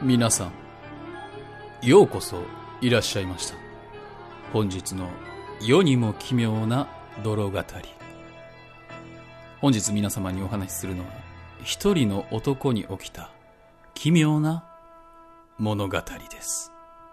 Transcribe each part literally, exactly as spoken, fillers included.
皆さん、ようこそいらっしゃいました。本日の世にも奇妙な泥語り。本日皆様にお話しするのは、一人の男に起きた奇妙な物語です。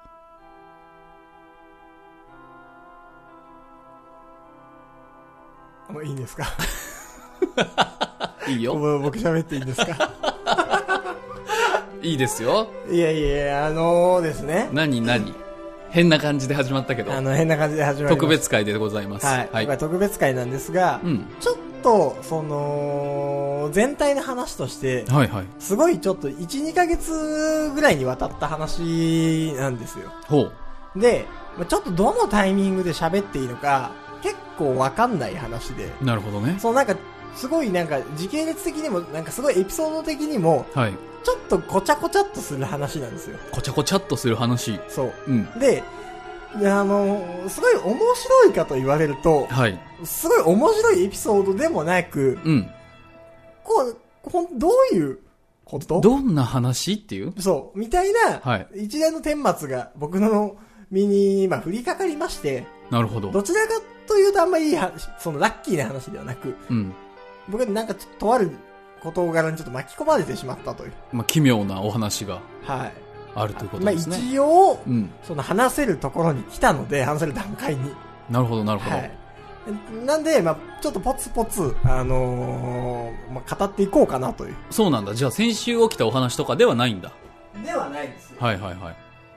もういいんですか？ いいよ。 僕喋っていいんですか？ いいですよ。 いやいや、あのー、ですね。 何何変な感じで始まったけど。 あの、変な感じで始まりました。 特別会でございます。 はい。はい、今回特別会なんですが、うん、ちょっと、その、全体の話として、はいはい。すごいちょっといち、にかげつぐらいにわたった話なんですよ。ほう。で、ちょっとどのタイミングで喋っていいのか、結構わかんない話で。 なるほどね。 そう、なんか、すごいなんか、時系列的にも、なんかすごいエピソード的にも、はい。ちょっとこちゃこちゃっとする話なんですよ。 こちゃこちゃっとする話。 そう。うん。で、あの、すごい面白いかと言われると、はい。すごい面白いエピソードでもなく、うん。こう、ほん、どういうことどんな話っていうそう。みたいな、はい。一連の顛末が僕の身に今降りかかりまして、 なるほど。 どちらかというとあんまりいい話、そのラッキーな話ではなく、うん。僕はなんかちょっととある事柄にちょっと巻き込まれてしまったという。 まあ、奇妙なお話が。はい。あるということですね。 まあ、一応、うん、その話せるところに来たので、話せる段階に。 なるほど、なるほど。はい。 なんで、まあ、ちょっとポツポツ、あのー、まあ、語っていこうかなという。 そうなんだ。じゃあ、先週起きたお話とかではないんだ。 ではないですよ。 はいはいはい。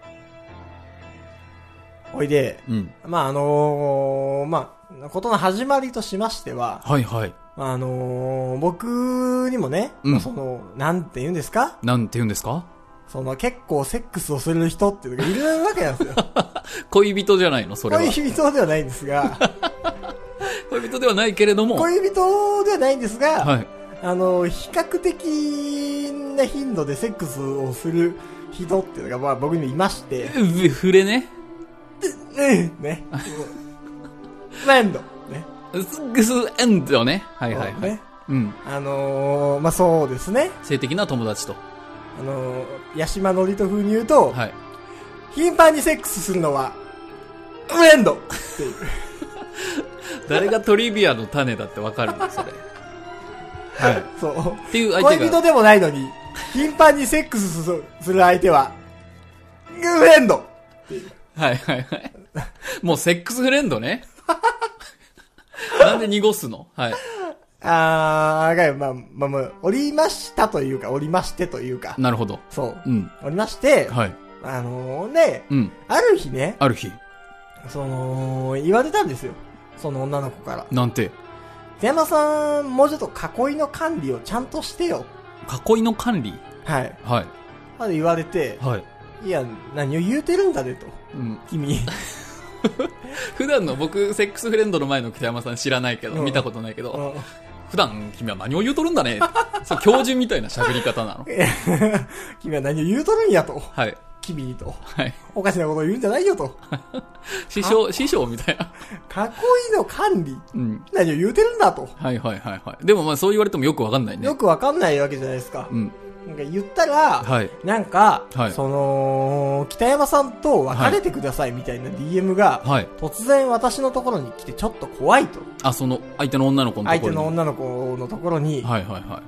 おいで、うん。まあ、あのー、まあ、ことの始まりとしましては、 はいはい。 あのー、僕にもね、うん、まあ、その、なんて言うんですか？ なんて言うんですか？ その、結構セックスをする人っていうのがいるわけなんですよ。 恋人じゃないのそれは。 恋人ではないんですが。 恋人ではないけれども。 恋人ではないんですが、はい。あの、比較的な頻度でセックスをする人っていうのが、まあ僕にもいまして。 触れね。 うん、ね。ランド。ね。 セックスエンドね。はいはいはい。ね。 うん。あのー、まあそうですね。 性的な友達と。 あのー、八島のりと風に言うと、はい。頻繁にセックスするのは、エンドっていう。 誰がトリビアの種だってわかるのそれ。はい。 そう。 っていう相手が。 恋人でもないのに、頻繁にセックスする相手は、エンドっていう。 はいはいはい。もうセックスフレンドね。なんで濁すの？はい。 あー、まあ、まあ、まあ、おりましたというか、おりましてというか。 なるほど。 そう。うん。おりまして、はい。あのー、ね、うん。ある日ね。 ある日。 その、言われたんですよ。その女の子から。 なんて？ 北山さん、もうちょっと囲いの管理をちゃんとしてよ。 囲いの管理？ はい。 はい。 まで言われて、はい。いや、何を言うてるんだねと。うん。君。 普段の僕、セックスフレンドの前の北山さん知らないけど、うん、見たことないけど、うん、普段君は何を言うとるんだね。そう、教授みたいな喋り方なの。 君は何を言うとるんやと。 はい。 君にと。はい。おかしなことを言うんじゃないよと。 師匠、師匠みたいな。 囲いの管理。うん。何を言うてるんだと。 はいはいはいはい。でもまあそう言われてもよくわかんないね。 よくわかんないわけじゃないですか。うん。なんか言ったら、はい、なんか、はい、その、北山さんと別れてくださいみたいな ディーエム が、はい、突然私のところに来てちょっと怖いと。 あ、その、相手の女の子のところに。 相手の女の子のところに、 はいはいはい。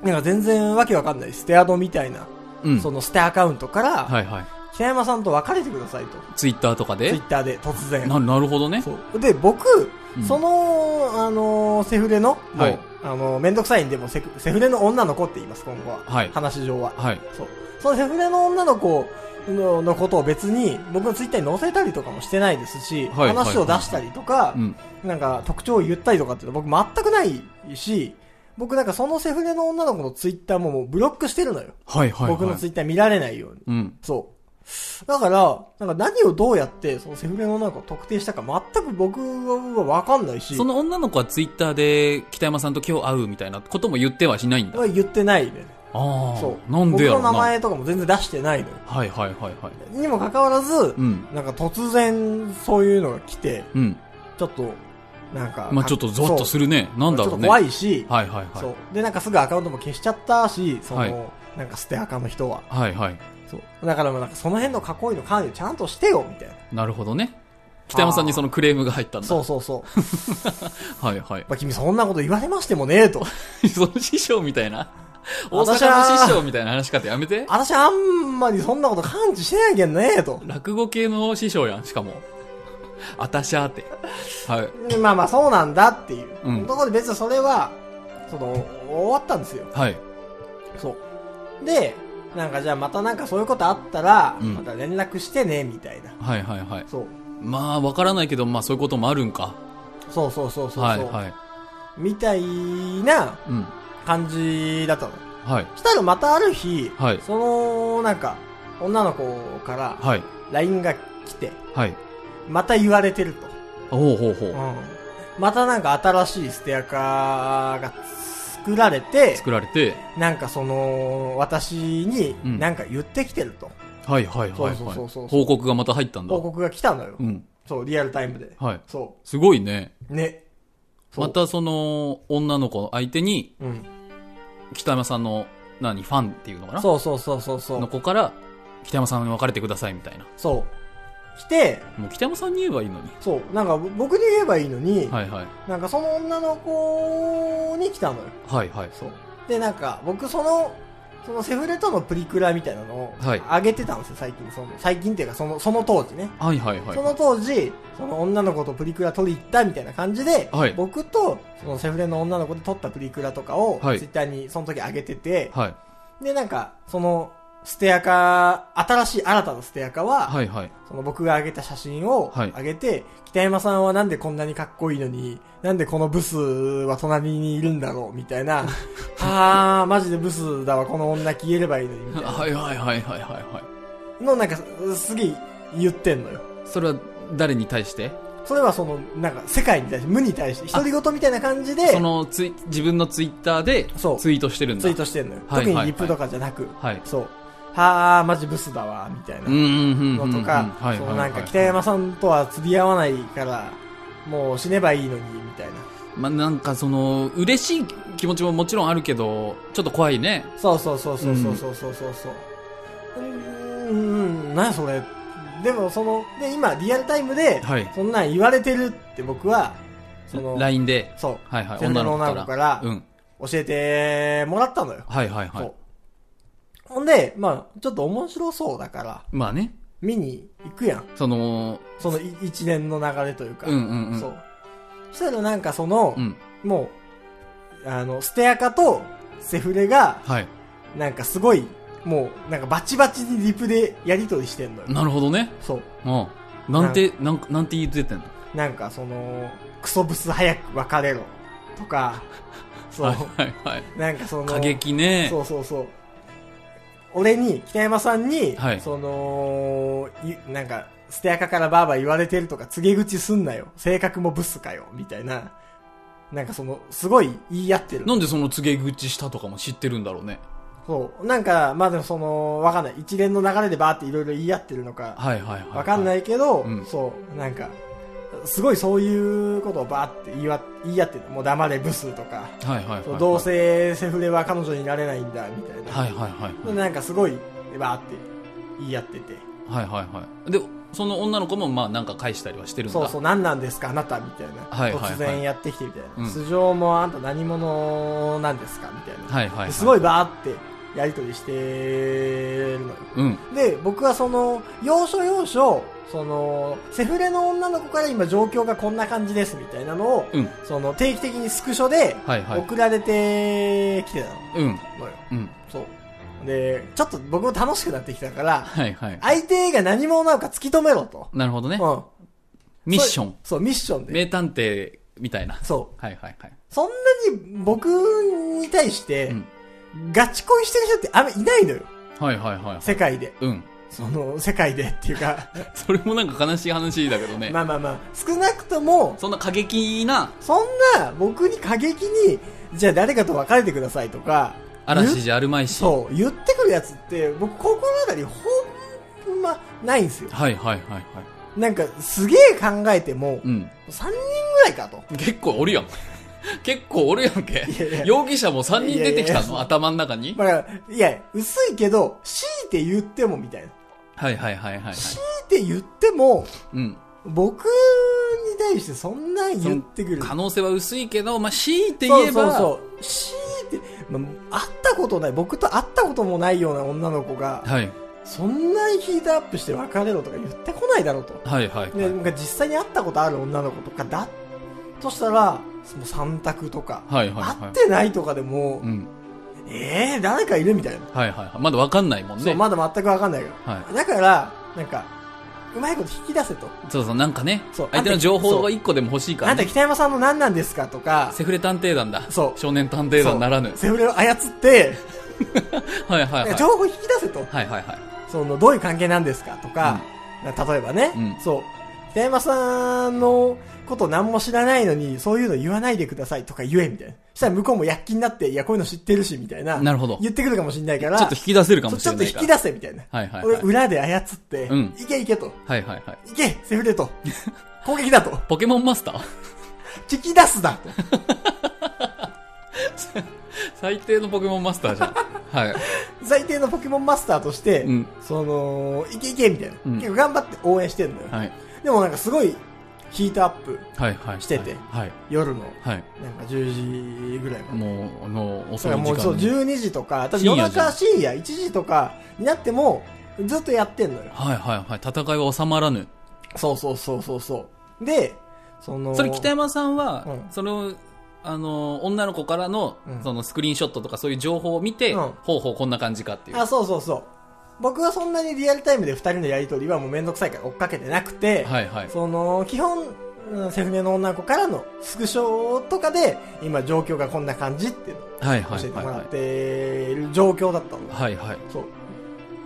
なんか全然わけわかんないステアドみたいな、うん、そのステアカウントから、はいはい。北山さんと別れてくださいと。 ツイッターとかでツイッターで突然。 な、なるほどね。 そう。で、僕、うん、その、あのー、セフレの、はい、あのー、めんどくさいんで、もセセフレの女の子って言います、今後は。はい。話上は。はい。そう。そのセフレの女の子の、のことを別に、僕のツイッターに載せたりとかもしてないですし、はい、話を出したりとか、うん、なんか特徴を言ったりとかっていうの僕全くないし、僕なんかそのセフレの女の子のツイッターももうブロックしてるのよ。はいはい、はい。僕のツイッター見られないように。うん。そう。だから、なんか何をどうやって、そのセフレの女の子を特定したか全く僕はわかんないし。 その女の子はツイッターで北山さんと今日会うみたいなことも言ってはしないんだ。 言ってないね。 ああ。 そう。 なんでやろうな。 僕の名前とかも全然出してないのよ。 はいはいはいはい。 にもかかわらず、うん、なんか突然そういうのが来て、うん、ちょっと、 なんか。 まあちょっとゾワッとするね。なんだろうね。ちょっと怖いし。 はいはいはい。そう。 で、なんかすぐアカウントも消しちゃったし、その、はい、なんか捨てアカの人は。 はいはい。 そう。だからなんかその辺の囲いの管理ちゃんとしてよ、みたいな。 なるほどね。北山さんにそのクレームが入ったんだ。 そうそうそう。 はいはい。 まあ、君そんなこと言われましてもねえと。 その師匠みたいな。大阪の師匠みたいな話し方やめて。 私あんまりそんなこと感知してないけんねえと。 落語系の師匠やん、しかも。あたしゃーって。はい。 まあまあそうなんだっていう。うん。ところで別にそれは、その、終わったんですよ。 はい。 そう。で、なんかじゃあまたなんかそういうことあったら、うん、また連絡してね、みたいな。 はいはいはい。 そう。 まあわからないけど、まあそういうこともあるんか。 そうそうそうそう。 はいはい。 みたいな感じだったの。 はい。 したらまたある日、 はい。 その、なんか、女の子から、 はい。 ライン が来て、 はい。 また言われてると。 ほうほうほう。うん。 またなんか新しいステアカが作られて、 作られて、 なんかその、私になんか言ってきてると。 うん、はいはいはい、はい。 そうそうそう。 報告がまた入ったんだ。 報告が来たのよ。 うん。 そう、リアルタイムで。 はい。 そう。 すごいね。 ね。 またその、女の子相手に、 うん。 北山さんの、何、ファンっていうのかな？ そうそうそうそうそう。 の子から、北山さんに別れてくださいみたいな。 そう。来て、 もう北山さんに言えばいいのに。 そう。なんか僕に言えばいいのに、 はいはい。 なんかその女の子に来たのよ。 はいはい。 そう。で、なんか僕その、そのセフレとのプリクラみたいなのを上げてたんですよ、最近。その最近っていうかその、その当時ね。 はいはいはい。 その当時、その女の子とプリクラ撮り行ったみたいな感じで、はい、僕とそのセフレの女の子で撮ったプリクラとかを、ツイッターにその時上げてて、 はい、 で、なんか、その、ステアカ、新しい新たなステアカは、 はいはい、 その僕が上げた写真を上げて、はい、北山さんはなんでこんなにかっこいいのに、なんでこのブスは隣にいるんだろうみたいな、あー、マジでブスだわ、この女消えればいいのに、みたいな。 はいはいはいはいはい。 のなんか、すげえ言ってんのよ。 それは誰に対して？ それはその、なんか、世界に対して、無に対して、独り言みたいな感じで、 そのツイ、自分のツイッターで、ツイートしてるんだ。 ツイートしてんのよ。 はいはいはい、 特にリプとかじゃなく、 はい、 そう。はー、マジブスだわ、みたいなのとか、そのなんか、北山さんとは釣り合わないから、もう死ねばいいのに、みたいな。 まあ、なんかその、嬉しい気持ちももちろんあるけど、ちょっと怖いね。 そうそうそうそうそうそうそうそう。うん、うん、何それ。でもその、で、今、リアルタイムで、はい、そんなん言われてるって僕は、その、 ライン で、 そう。 はいはい。 女の子から、うん。教えてもらったのよ。 はいはいはい。そう。 ほんで、まあ、ちょっと面白そうだから。 まあね。 見に行くやん。 その、 その一連の流れというか。 うんうんうん。 そう。そしたらなんかその、 うん、 もう、あの、ステアカとセフレが、 はい。 なんかすごい、もう、なんかバチバチにリプでやりとりしてんのよ。 なるほどね。 そう。 うん。なんて、なんか、なんて言ってたの？ なんかその、クソブス早く別れろ。とか、そう。 はいはいはい。 なんかその、 過激ね。 そうそうそう。俺に、北山さんに、 はい、 その、なんか、ステアカからバーバー言われてるとか、告げ口すんなよ。性格もブスかよ。みたいな。なんかその、すごい言い合ってる。 なんでその告げ口したとかも知ってるんだろうね。 そう。なんか、まあでもその、わかんない。一連の流れでバーっていろいろ言い合ってるのか。 はいはいはい、はい。 わかんないけど、 うん、 そう。なんか、すごいそういうことをバーって言いわ言い合ってる。もう黙れブスとか。 はいはいはい、はい。 どうせセフレは彼女になれないんだ、みたいな。 はいはいはい、はい。 なんかすごい、バーって言い合ってて。 はいはいはい。で、その女の子もまあなんか返したりはしてるんだ。 そうそう、何なんですかあなたみたいな。 はいはいはい、 突然やってきてみたいな。 うん、 素性もあんた何者なんですかみたいな。 はいはい、はい。 すごいバーってやりとりしてるのよ。 うん。 で、僕はその、要所要所、その、セフレの女の子から今状況がこんな感じですみたいなのを、 うん、 その定期的にスクショで送られてきてたの。 うん。 のよ。 うん。 そう。で、ちょっと僕も楽しくなってきたから、 はいはい。 相手が何者なのか突き止めろと。 なるほどね。 うん。 ミッション。 そう、ミッションで。 名探偵みたいな。 そう。 はいはいはい。 そんなに僕に対して、うん、ガチ恋してる人ってあんまいないのよ。 はいはいはい。 世界で。 うん。 その、世界でっていうか。 それもなんか悲しい話だけどね。 まあまあまあ、少なくとも、 そんな過激な。 そんな、僕に過激に、じゃあ誰かと別れてくださいとか、 嵐じゃあるまいし。 そう、言ってくるやつって、僕、心当たりほんま、ないんですよ。 はいはいはいはい。 なんか、すげえ考えても、うん、さんにんぐらないかと。 結構おるやん。結構おるやんけ。いやいや容疑者もさんにん出てきたのいやいや頭の中に。 まあ、いや、薄いけど、強いて言ってもみたいな。 はいはいはいはい、はい。 強いて言っても、 うん。 僕に対してそんなん言ってくる。 可能性は薄いけど、まあ、強いて言えば。そうそうそう。 強いて、まあ、会ったことない、僕と会ったこともないような女の子が、はい。そんなにヒートアップして別れろとか言ってこないだろうと。 はいはい、はい。 で、なんか実際に会ったことある女の子とかだとしたら、そのさん択とか、はいはいはい、会ってないとかでも、うん、えー、誰かいるみたいな。 はいはいはい。まだわかんないもんね。 そう、まだ全くわかんないから。はい。だから、なんか、うまいこと引き出せと。 そうそう、なんかね。そう。相手の情報が一個でも欲しいから、 ね。あんた北山さんの何なんですかとか。 セフレ探偵団だ。そう。少年探偵団ならぬ。 セフレを操って、 はいはいはい。 情報引き出せと。 はいはいはい。 その、どういう関係なんですかとか、うん、例えばね、うん、そう。北山さんのこと何も知らないのに、そういうの言わないでくださいとか言え、みたいな。そしたら向こうも躍起になって、いや、こういうの知ってるし、みたいな。 なるほど。 言ってくるかもしれないから。 ちょっと引き出せるかもしれないから。 ちょっと引き出せ、みたいな。はいはい、はい。俺、裏で操って、うん。いけいけと。 はいはいはい。 いけ、セフレと。攻撃だと。 ポケモンマスター聞き出すだと。 最低のポケモンマスターじゃん。はい。 最低のポケモンマスターとして、うん、その、いけいけみたいな、うん。結構頑張って応援してんのよ。はい。でもなんかすごい、ヒートアップしてて、はいはい、夜の、はい、なんかじゅうじぐらいまで。 もう、の遅い時間もうそう、じゅうにじとか、多分夜中深夜いちじとかになっても、ずっとやってんのよ。 はいはいはい。戦いは収まらぬ。 そうそうそうそうそう。で、その、 それ北山さんは、うん、その、あの、女の子からの、うん、そのスクリーンショットとかそういう情報を見て、うん、ほうほうこんな感じかっていう。 あ、そうそうそう。僕はそんなにリアルタイムで二人のやりとりはもうめんどくさいから追っかけてなくて、はいはい、その、基本、セフレの女の子からのスクショとかで、今状況がこんな感じっていうのを教えてもらっている状況だったの。はいはい。そう。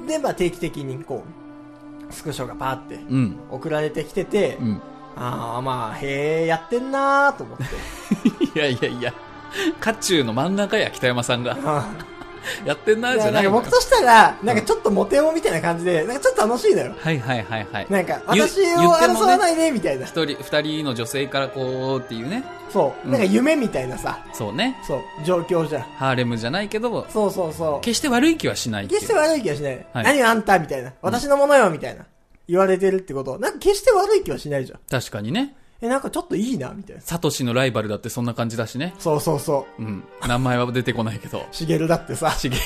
で、まあ定期的にこう、スクショがパーって送られてきてて、うん、ああ、まあ、へえ、やってんなーと思って。 いやいやいや、渦中の真ん中や、北山さんが。やってんなーじゃないの。 僕としたら、なんかちょっとモテモみたいな感じで、なんかちょっと楽しいのよ。 はいはいはいはい。 なんか、私を争わないで、みたいな。 一人、二人の女性からこうっていうね。 そう。なんか夢みたいなさ。 そうね。 そう。状況じゃん。 ハーレムじゃないけど。 そうそうそう。 決して悪い気はしない。 決して悪い気はしない。何あんたみたいな。私のものよみたいな。言われてるってこと。なんか決して悪い気はしないじゃん。 確かにね。 え、なんかちょっといいな、みたいな。 サトシのライバルだってそんな感じだしね。 そうそうそう。 うん。名前は出てこないけど。 シゲルだってさ。 シゲル。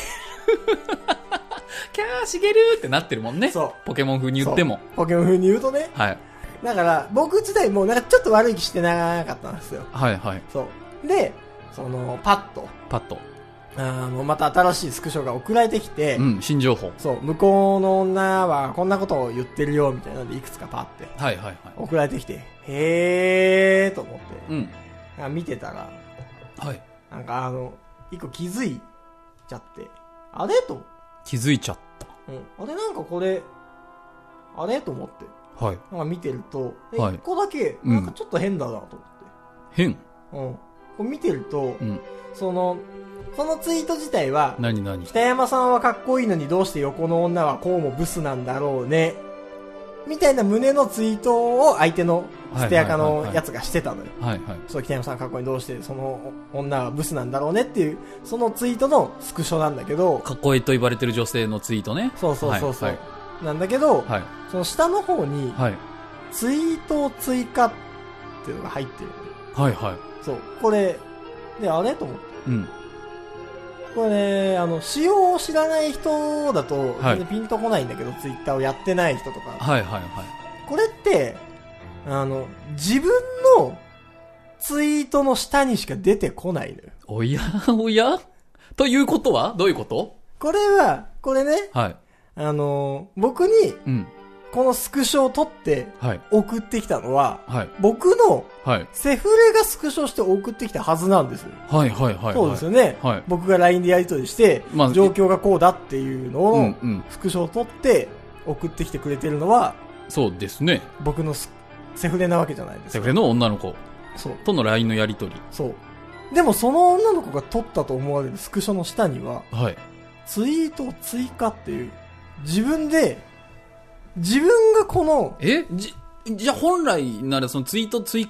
キャー、シゲルってなってるもんね。そう。ポケモン風に言っても。 ポケモン風に言うとね。はい。だから、僕自体もなんかちょっと悪い気してなかったんですよ。 はいはい。 そう。で、その、パッと。 パッと。 あの、また新しいスクショが送られてきて。 うん、新情報。 そう。向こうの女はこんなことを言ってるよ、みたいなので、いくつかパッて。 はいはいはい。 送られてきて、へーと思って。うん。なんか見てたら。はい。なんかあの、一個気づいちゃって。あれと。 気づいちゃった。 うん。あれなんかこれ、あれと思って。はい。なんか見てると、はい、一個だけ、なんかちょっと変だなと思って。 変うん。こう見てると、うん、その、そのツイート自体は、 何何北山さんはかっこいいのにどうして横の女はこうもブスなんだろうね。みたいな胸のツイートを相手のステアカのやつがしてたのよ。はいはい。そう、北山さんかっこいいどうしてその女はブスなんだろうねっていう、そのツイートのスクショなんだけど。 かっこいいと言われてる女性のツイートね。 そうそうそうそう。はいはい、なんだけど、はい、その下の方に、はい、ツイートを追加っていうのが入ってる。 はいはい。 そう。これ、で、あれと思って。うん。これね、あの、仕様を知らない人だと、全然ピンとこないんだけど、はい、ツイッターをやってない人とか。 はいはいはい。 これって、あの、自分のツイートの下にしか出てこないのよ。 おやおやということはどういうこと？ これは、これね、はい。あの、僕に、うん。このスクショを撮って送ってきたのは、はい、僕のセフレがスクショして送ってきたはずなんですよ。 はいはいはい、はい。 そうですよね。はい、僕が ライン でやり取りして、まあ、状況がこうだっていうのをスクショを撮って送ってきてくれてるのは、 そうですね。 僕のセフレなわけじゃないですか。 セフレの女の子そうとの ライン のやり取り。 そう。でもその女の子が撮ったと思われるスクショの下には、はい、ツイートを追加っていう、自分で自分がこの、 えじ、じゃあ本来ならそのツイート追加っ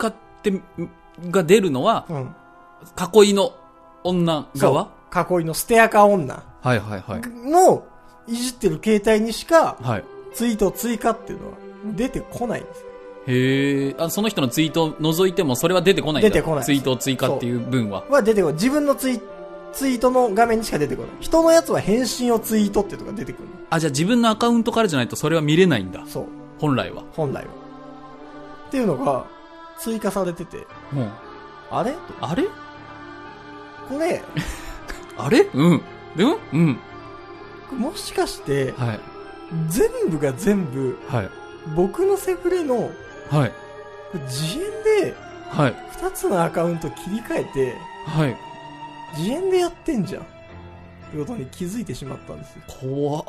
ってが出るのは、うん、囲いの女側囲いのステアカ女はいはいはいのいじってる携帯にしか、はい、ツイート追加っていうのは出てこないんです。 へえ。あ、その人のツイートを除いてもそれは出てこないんだ。 出てこない。 ツイート追加っていう分は。 は出てこない。自分のツイ、ツイートの画面にしか出てこない。人のやつは返信をツイートっていうのが出てくる。 あ、じゃあ自分のアカウントからじゃないとそれは見れないんだ。 そう。 本来は。 本来は。っていうのが追加されてて。 もう。 あれあれこれ。 あれうん。うんうん。 もしかして、 はい、 全部が全部、 はい、 僕のセフレの、 はい、 自演で、 はい、 二つのアカウント切り替えて、 はい、 自演でやってんじゃん。ってことに気づいてしまったんですよ。 怖っ。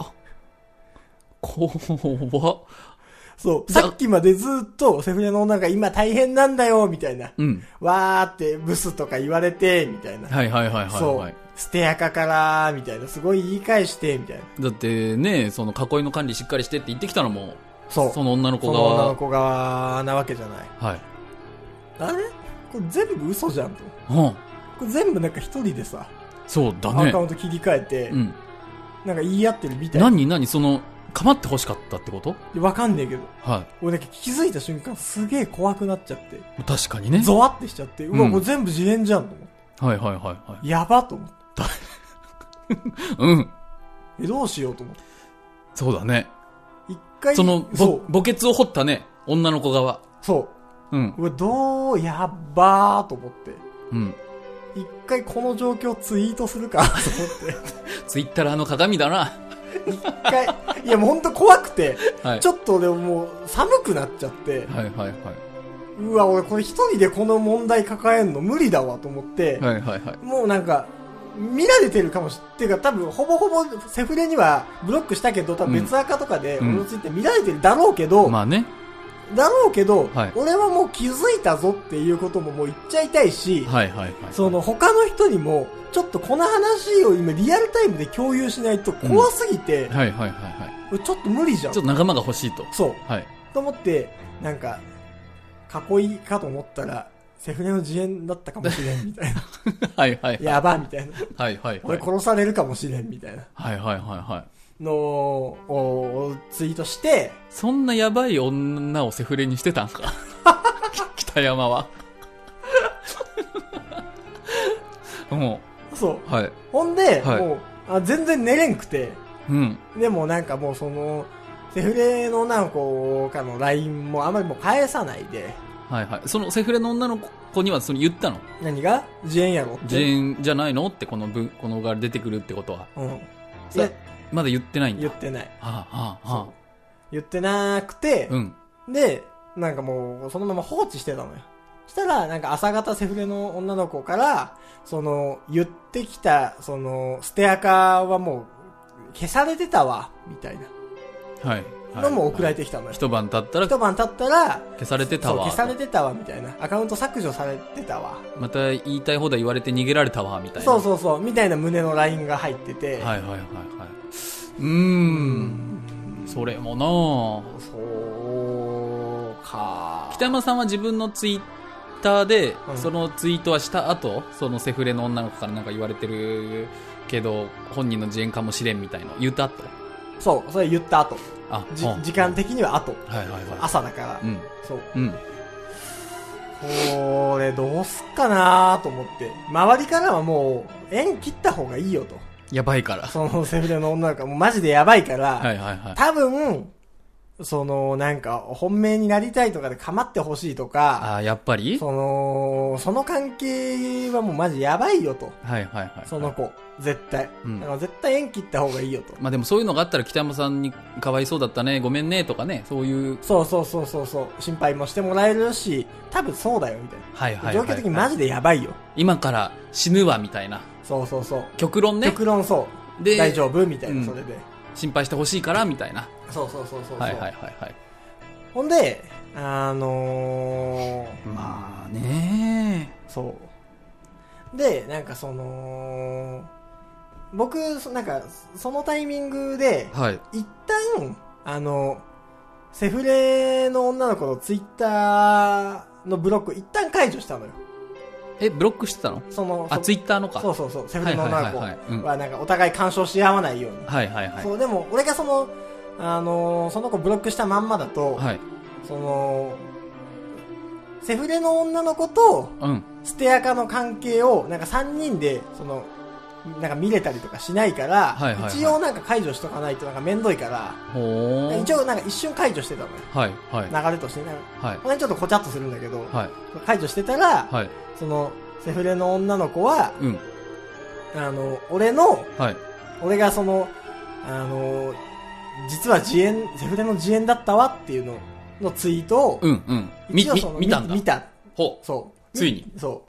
怖っ。 そう。さっきまでずっとセフレの女が今大変なんだよ、みたいな。 うん。 わーってブスとか言われて、みたいな。 はいはいはいはい、はい。 そう。ステアカから、みたいな。すごい言い返して、みたいな。 だってね、その囲いの管理しっかりしてって言ってきたのも、 そう。 その女の子側。 その女の子側なわけじゃない。 はい。 あれこれ全部嘘じゃんと。 うん。 これ全部なんか一人でさ。 そうだね。 アカウント切り替えて、うん。なんか言い合ってるみたいな。何何その、構って欲しかったってこと？ わかんねえけど。 はい。 俺だけ気づいた瞬間すげえ怖くなっちゃって。 確かにね。 ゾワってしちゃって。うわ、うん、これ全部自演じゃんと思って。 はいはいはいはい。 やばと思って。 うん。 え、どうしようと思って。 そうだね。 一回、 その、ぼ、墓穴を掘ったね。女の子側。 そう。 うん。 うわ、どう、やっばーと思って。 うん。 一回この状況ツイートするかと思って。 ツイッターの鏡だな。 一回、いやもうほんと怖くて、 はい、 ちょっとでももう寒くなっちゃって、 はいはいはい。 うわ、俺これ一人でこの問題抱えんの無理だわと思って、 はいはいはい。 もうなんか、見られてるかもしっていうか多分ほぼほぼセフレにはブロックしたけど、多分別アカとかで俺のツイッター見られてるだろうけど、 うん、まあね。 だろうけど、 はい、 俺はもう気づいたぞっていうことももう言っちゃいたいし、 はいはいはい、 その他の人にも、ちょっとこの話を今リアルタイムで共有しないと怖すぎて、 うん、はいはいはいはい。 ちょっと無理じゃん。 ちょっと仲間が欲しいと。 そう。 はい。 と思って、なんか、囲いかと思ったら、セフレの自演だったかもしれんみたいな。 はいはい、はい。 やばみたいな。 はいはいはい。 俺殺されるかもしれんみたいな。 はいはいはいはい。 のをツイートして、 そんなやばい女をセフレにしてたんか。北山は。もう。そう。 はい。 ほんで、はい、もうあ、全然寝れんくて。 うん。 でもなんかもうその、セフレの女の子からの ライン もあまりもう返さないで。 はいはい。そのセフレの女の子にはそれ言ったの？ 何が？自演やろって。 自演じゃないのってこの文、この側出てくるってことは。 うん。 まだ言ってないんだ。 言ってない。 はあ、はあ、はあ。 言ってなくて、 うん。 で、なんかもう、そのまま放置してたのよ。したら、なんか朝方セフレの女の子から、その、言ってきた、その、ステアカはもう、消されてたわ、みたいな。 はい。 のも送られてきたのよ。 一晩経ったら、 一晩経ったら、 消されてたわ。 消されてたわ、みたいな。アカウント削除されてたわ。 また言いたい放題言われて逃げられたわ、みたいな。 そうそうそう、みたいな胸の ライン が入ってて。 はいはいはいはい。うーん。それもなぁ。 そうか。 北山さんは自分のツイッターで、うん、そのツイートはした後、そのセフレの女の子からなんか言われてるけど、本人の自演かもしれんみたいな言った後。 そう、それ言った後。 あ、 じ、うん、時間的には後。 はいはいはい。 朝だから。 うん。 そう。 うん。 これどうすっかなーと思って。周りからはもう、縁切った方がいいよと。 やばいから。 そのセフレの女の子もうマジでやばいから、 はいはいはい。 多分、そのなんか本命になりたいとかで構ってほしいとか、 ああ、やっぱりその、その関係はもうマジやばいよと。 はいはいはい、はい。 その子、絶対。 うん。 だから絶対縁切った方がいいよと。 まあでもそういうのがあったら北山さんにかわいそうだったね、ごめんねとかね、そういう。 そうそうそうそうそう。心配もしてもらえるし、多分そうだよみたいな。 はいはいはい、はい。 状況的にマジでやばいよ。 今から死ぬわみたいな。 そうそうそう。 極論ね。 極論そう。で、大丈夫みたいな、うん、それで。 心配してほしいからみたいな。 そうそうそうそう。 はいはいはいはい。 ほんで、あのー、 まあねー。そう。で、なんかその、僕、なんか、そのタイミングで、 はい、 一旦、あの、セフレの女の子のツイッタのブロック一旦解除したのよ。 え、ブロックしてたの？ その、 あ、ツイッターのか。 そうそうそう、セフレの女の子はなんかお互い干渉し合わないように。 はいはいはい。 そう、でも俺がその、あのー、その子ブロックしたまんまだと、はい、その、セフレの女の子と、うん、ステアカの関係を、なんかさんにんで、その、なんか見れたりとかしないから、はいはいはい、一応なんか解除しとかないとなんかめんどいから、ほ一応なんか一瞬解除してたのよ。はいはい、流れとしてね。はい。これちょっとこちゃっとするんだけど、はい、解除してたら、はい、その、セフレの女の子は、うん、あの、俺の、はい、俺がその、あの、実は自演、セフレの自演だったわっていうののツイートを、うんうん。 一応その見たんだ。 見た。 ほう。 そう。 ついに。 そう。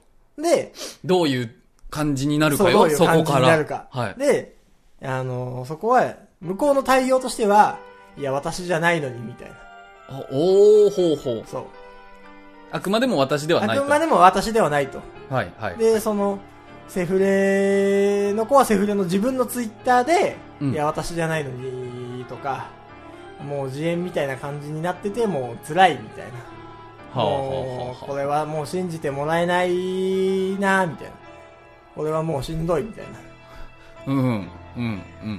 で、 どういう感じになるかよ、そこから。 どういう感じになるか。はい。で、あの、そこは、向こうの対応としては、いや、私じゃないのに、みたいな。 おー、ほうほう。 そう。 あくまでも私ではないと。 あくまでも私ではないと。 はいはい。 で、その、セフレの子はセフレの自分のツイッターで、うん、いや、私じゃないのに、とか、もう自演みたいな感じになってて、もう辛いみたいな。はあ、もう、これはもう信じてもらえないな、みたいな。これはもうしんどい、みたいな。 うん、うん、うん。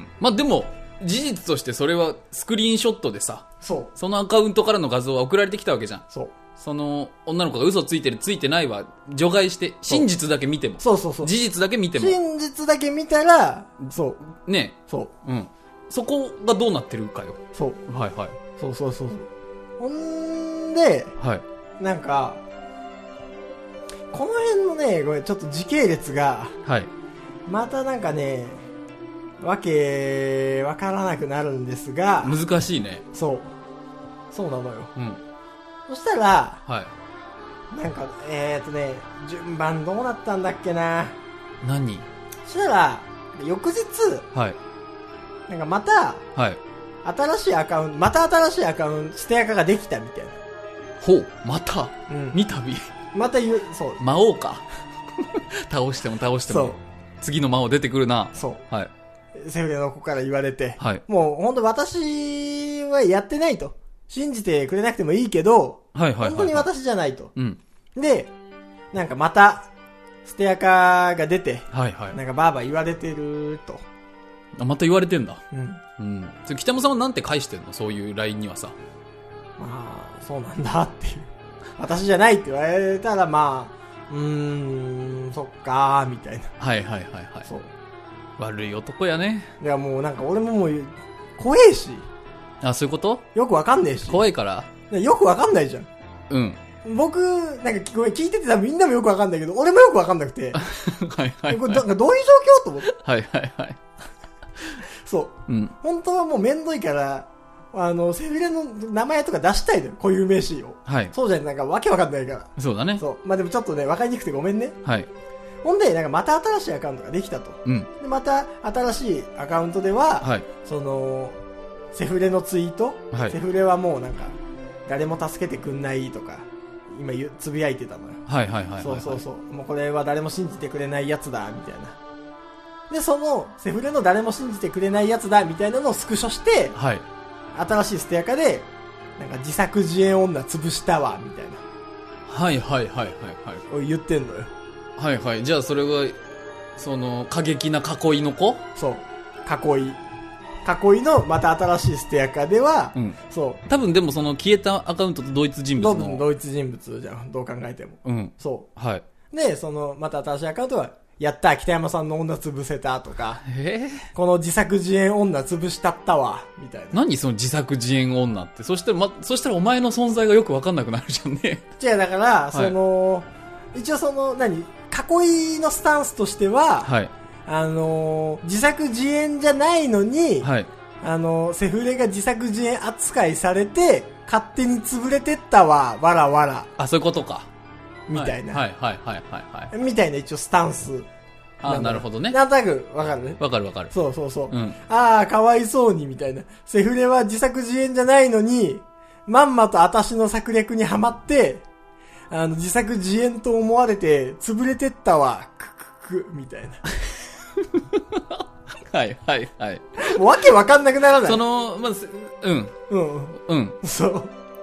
まあ、でも、事実としてそれはスクリーンショットでさ、 そう。 そのアカウントからの画像は送られてきたわけじゃん。 そう。 その女の子が嘘ついてるついてないは除外して真実だけ見てもそうそうそう事実だけ見ても真実だけ見たらそうねそううんそこがどうなってるかよそうはいはいそうそうそうそうほんではいなんかこの辺のねこれちょっと時系列がはいまたなんかねわけわからなくなるんですが難しいねそうそうなのようんそしたら、 はい。 なんか、えーとね、順番どうなったんだっけな。 何？ そしたら、翌日、はい。なんかまた、はい。新しいアカウント、また新しいアカウント、ステアカができたみたいな。 ほう、また、うん。三度。 また言う、そう。 魔王か。倒しても倒しても。そう。次の魔王出てくるな。 そう。はい。 セフレの子から言われて、はい。もう、ほんと私はやってないと。信じてくれなくてもいいけど、はいはいはいはい、本当に私じゃないと、うん。で、なんかまた、ステアカが出て、はいはい。なんかバーバー言われてると。 あ、また言われてんだ。うん。うん。それ北山さんはなんて返してんのそういう ライン にはさ。 まあ、そうなんだっていう。私じゃないって言われたら、まあ、うーん、そっかー、みたいな。 はいはいはいはい。そう。悪い男やね。 いやもうなんか俺ももう、怖えし。 あ、そういうこと？ よくわかんねえし。 怖いから？ よくわかんないじゃん。うん。僕、なんか聞いてて多分みんなもよくわかんないけど、俺もよくわかんなくて。はいはい、はい。これなんかどういう状況と思って。 はいはいはい。 そう。うん。本当はもうめんどいから、あの、セフレの名前とか出したいのよ。固有名詞を。はい。そうじゃない、なんかわけわかんないから。 そうだね。 そう。まあでもちょっとね、わかりにくくてごめんね。はい。ほんで、なんかまた新しいアカウントができたと。うん。で、また新しいアカウントでは、はい。その、セフレのツイート、はい、セフレはもうなんか誰も助けてくんないとか今つぶやいてたのよ。 はいはいはいはい、はい、 そうそうそうもうこれは誰も信じてくれないやつだみたいな。でそのセフレの誰も信じてくれないやつだみたいなのをスクショして、はい、新しいステアカでなんか自作自演女潰したわみたいな。 はいはいはいはいはい言ってんのよ。 はいはい。じゃあそれはその過激な囲いの子？ そう囲い囲いのまた新しいステアカでは、うん、 そう多分でもその消えたアカウントと同一人物の同一人物じゃんどう考えても、うん、そうはいでそのまた新しいアカウントはやった北山さんの女潰せたとか、えー、この自作自演女潰したったわみたいな。 何その自作自演女ってそしたら、ま、そしたらお前の存在がよく分かんなくなるじゃんね。 違うだから、はい、その一応その何囲いのスタンスとしてははいあのー、自作自演じゃないのに、はい、あのー、セフレが自作自演扱いされて、勝手に潰れてったわ、わらわら。 あ、そういうことか。 みたいな。 はい、はい、はい、はい、はい。 みたいな一応スタンス。 あ、なるほどね。 なんとなくわかるね。 わかるわかる。 そうそうそう。うん、ああ、かわいそうに、みたいな。セフレは自作自演じゃないのに、まんまと私の策略にはまって、あの、自作自演と思われて、潰れてったわ、くくく、みたいな。 はいはいはい。 もうわけわかんなくならない。 その、まず、うん。うん。うん。 そう。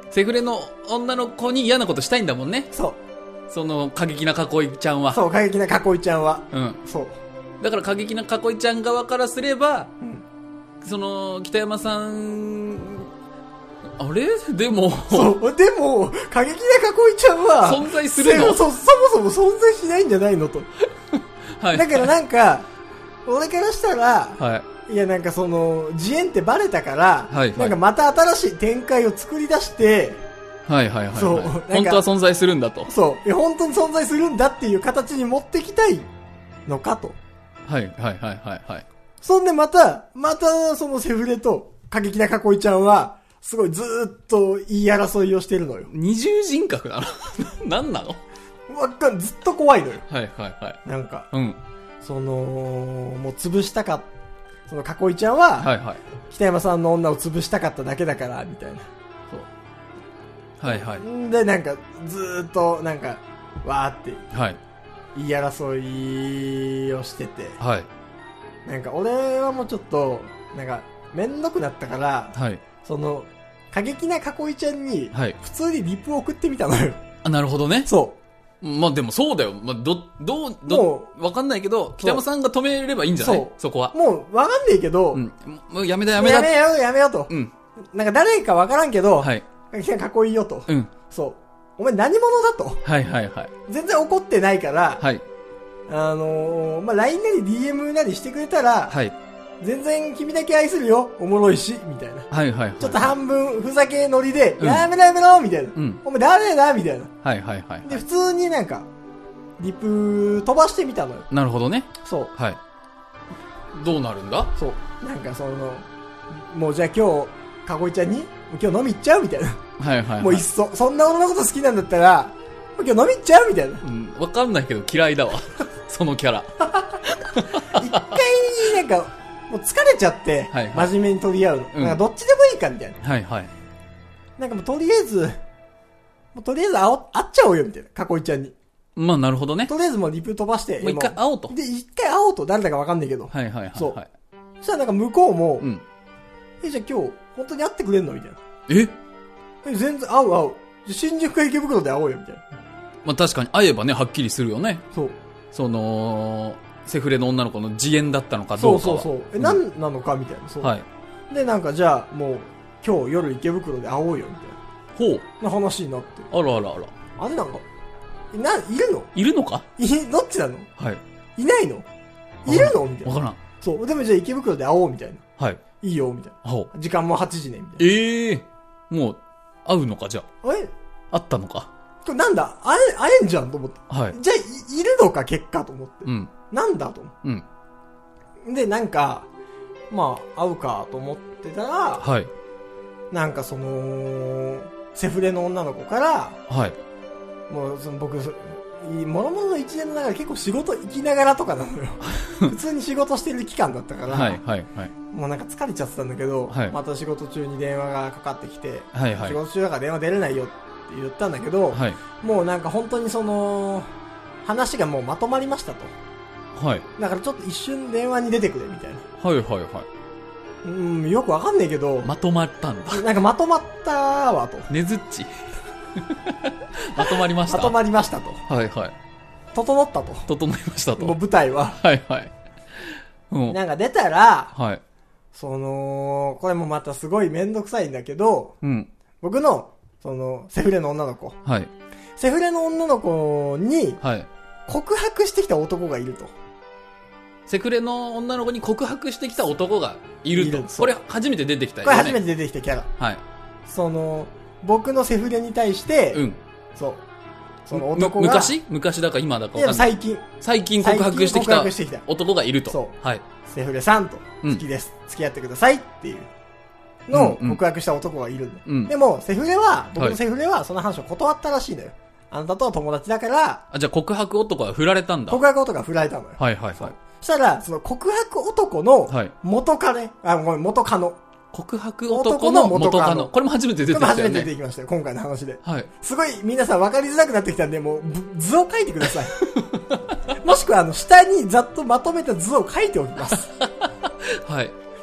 セフレの女の子に嫌なことしたいんだもんね。 そう。 その過激な囲いちゃんは。 そう、過激な囲いちゃんは。 うん。 そう。 だから過激な囲いちゃん側からすれば、うん、その、北山さん、あれでも。 そう、でも、過激な囲いちゃんは、 存在するの？ そ、そもそも存在しないんじゃないのと。はい。だからなんか、俺からしたら、はい。いやなんかその、自演ってバレたから、はい、はい。なんかまた新しい展開を作り出して、 はいはいはい、はい。そう。本当は存在するんだと。 そう。いや本当に存在するんだっていう形に持ってきたいのかと。 はいはいはいはいはい。 そんでまた、またそのセフレと過激な囲いちゃんは、すごいずーっと言い争いをしてるのよ。 二重人格なの何なのわかん、ずっと怖いのよ。 はいはいはい。 なんか、 うん。 その、もう潰したか、その囲いちゃんは、はいはい。北山さんの女を潰したかっただけだから、みたいな。そう。 はいはい。 で、なんか、ずーっと、なんか、わーって、 はい。 言い争いをしてて。 はい。 なんか、俺はもうちょっと、なんか、めんどくなったから、はい。その、過激な囲いちゃんに、はい。普通にリプを送ってみたのよ。 あ、なるほどね。 そう。 まあでもそうだよ。まあど、どう、どう、わかんないけど、北山さんが止めればいいんじゃない？そう。そこは。 もう、わかんないけど、うん。 もうやめだやめだ。 やめようやめようと。うん。なんか誰かわからんけど、はい。かっこいいよと。うん。そう。お前何者だと。 はいはいはい。 全然怒ってないから、 はい。 あのー、まあ、ライン なり ディーエム なりしてくれたら、はい。全然君だけ愛するよ。おもろいし、みたいな。 はいはいはい。 ちょっと半分ふざけノリで、うん、やめろやめろみたいな。うん。お前誰だみたいな。 はいはいはい。 で、普通になんか、リプ飛ばしてみたのよ。 なるほどね。 そう。 はい。どうなるんだ？ そう。なんかその、もうじゃあ今日、かごいちゃんに、今日飲み行っちゃうみたいな。 はいはい、はい。 もういっそ、そんな俺のこと好きなんだったら、今日飲み行っちゃうみたいな。 うん、わかんないけど嫌いだわ。そのキャラ。 一回、なんか、もう疲れちゃって、はいはい、真面目に取り合うの。うん、なんかどっちでもいいかみたいな。 はいはい。 なんかもうとりあえず、もうとりあえず会お、会っちゃおうよみたいな。かこいちゃんに。 まあなるほどね。 とりあえずもうリプ飛ばして。 もう一回会おうと。 で、一回会おうと。誰だかわかんないけど。 はいはいはい、はい。 そう。そしたらなんか向こうも、うん、え、じゃあ今日、本当に会ってくれんのみたいな。 ええ、全然会う会う。新宿か池袋で会おうよみたいな。 まあ確かに会えばね、はっきりするよね。 そう。 その、セフレの女の子の自演だったのかどうかは。 そうそうそう。え、うん、何なのかみたいな。そう。はい。で、なんかじゃあもう、今日夜池袋で会おうよみたいな。ほう。な話になって。 あらあらあら。 あれなんか、な、いるのいるのかい、どっちなのはい。 いないのいるのみたいな。 わからん。 そう。でもじゃあ池袋で会おうみたいな。はい。いいよ、みたいな。ほう。時間もはちじね、みたいな。 ええー。もう、会うのか、じゃあ。え会ったのか。 これなんだ会え、会えんじゃんと思って。はい。じゃあい、いるのか、結果と思って。うん。なんだと思って。うん。で、なんか、まあ、会うかと思ってたら、はい。なんかその、セフレの女の子から、はい。もう、その僕、もろもろの一年の中で結構仕事行きながらとかなのよ。普通に仕事してる期間だったから、はい、はい、はい。もうなんか疲れちゃってたんだけど、はい、また仕事中に電話がかかってきて、はい、はい。仕事中だから電話出れないよって言ったんだけど、はい。もうなんか本当にその、話がもうまとまりましたと。はい。だからちょっと一瞬電話に出てくれみたいな。はい、はい、はい。うん、よくわかんないけど。 まとまったんだ。 なんかまとまったわと。 ねずっち。まとまりました。 まとまりましたと。 はいはい。 整ったと。 整いましたと。 もう舞台は。 はいはい。 うん、なんか出たら、はい。その、これもまたすごいめんどくさいんだけど、うん。僕の、その、セフレの女の子。はい。セフレの女の子に、はい。告白してきた男がいると。 セフレの女の子に告白してきた男がいると。いるこれ初めて出てきたよね。これ初めて出てきたキャラ。はい。その、僕のセフレに対して、うん。そう。その男が。 昔昔だか今だか分かんない。 最近。 最近告白してきた男がいると。 そう。はい。セフレさんと、好きです、うん。付き合ってくださいっていうのを告白した男がいるんだ。うんうん、でも、セフレは、僕のセフレはその話を断ったらしいのよ。あなたとは友達だから。 あ、じゃあ告白男は振られたんだ。 告白男が振られたのよ。 はいはいはい。 そしたら、その告白男の元彼、はい、あ、ごめん、元カノ。 告白男の元カノ。これも初めて出てきましたよね。 これも初めて出てきましたよ、今回の話で。はい。すごい、皆さん分かりづらくなってきたんで、もう、図を書いてください。もしくは、あの、下にざっとまとめた図を書いておきます。 はい。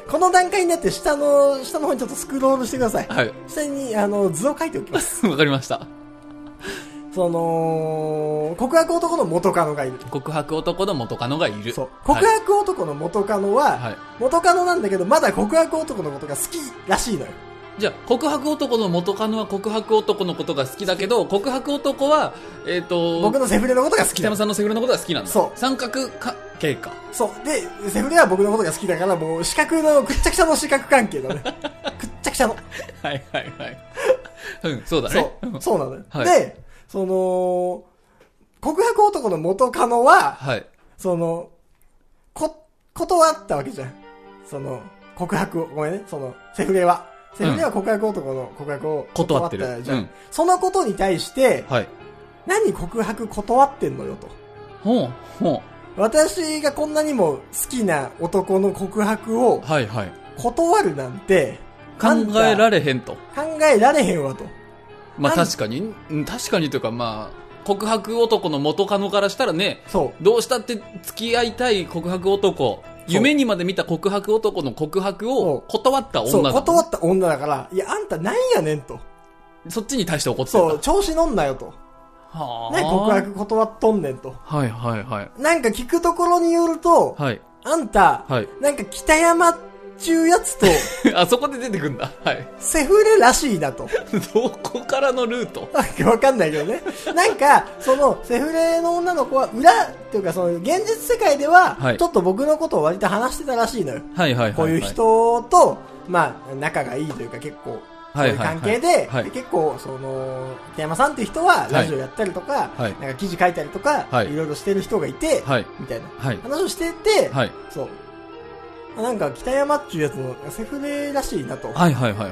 この段階になって下の、下の方にちょっとスクロールしてください。 はい。 下に、あの、図を書いておきます。 わかりました。 その、告白男の元カノがいる。 告白男の元カノがいる。 そう。告白男の元カノは、はい、元カノなんだけど、まだ告白男のことが好きらしいのよ。 じゃあ、告白男の元カノは告白男のことが好きだけど、告白男は、えっ、ー、と、 僕のセフレのことが好きだ。 北山さんのセフレのことが好きなんだ。 そう。 三角か、経過。 そう。で、セフレは僕のことが好きだから、もう、四角の、くっちゃくちゃの四角関係だね。くっちゃくちゃの。 はいはいはい。うん、そうだね。 そう。そうなのよ。はい、で、その、告白男の元カノは、はい。その、こ、断ったわけじゃん。その、告白を、ごめんね、その、セフレは。セフレは告白男の告白を断ったじゃん。断ってる。うん、そのことに対して、はい。何告白断ってんのよと。 ほう、ほう。私がこんなにも好きな男の告白を、はいはい。断るなんて、 考えられへんと。 考えられへんわと。 まあ確かに、確かにというかまあ、告白男の元カノからしたらね、そう。どうしたって付き合いたい告白男、夢にまで見た告白男の告白を断った女だ。 そう、断った女だから、いや、あんたなんやねんと。 そっちに対して怒ってた。そう、調子乗んなよと。はあ。ね、告白断っとんねんと。 はいはいはい。 なんか聞くところによると、はい。あんた、はい。なんか北山ちゅうやつと、 あそこで出てくんだ。はい。 セフレらしいなと。 どこからのルートわかんないけどね。なんか、その、セフレの女の子は裏、っていうかその、現実世界では、はい、ちょっと僕のことを割と話してたらしいのよ。はいはいはい、はい。こういう人と、まあ、仲がいいというか結構、そういう関係で、はいはいはい、で結構、その、北山さんっていう人は、ラジオやったりとか、はい、なんか記事書いたりとか、はい、いろいろしてる人がいて、はい、みたいな、はい、話をしてて、はい、そう。なんか、北山っていうやつのセフレらしいなと。 はいはいはいはい。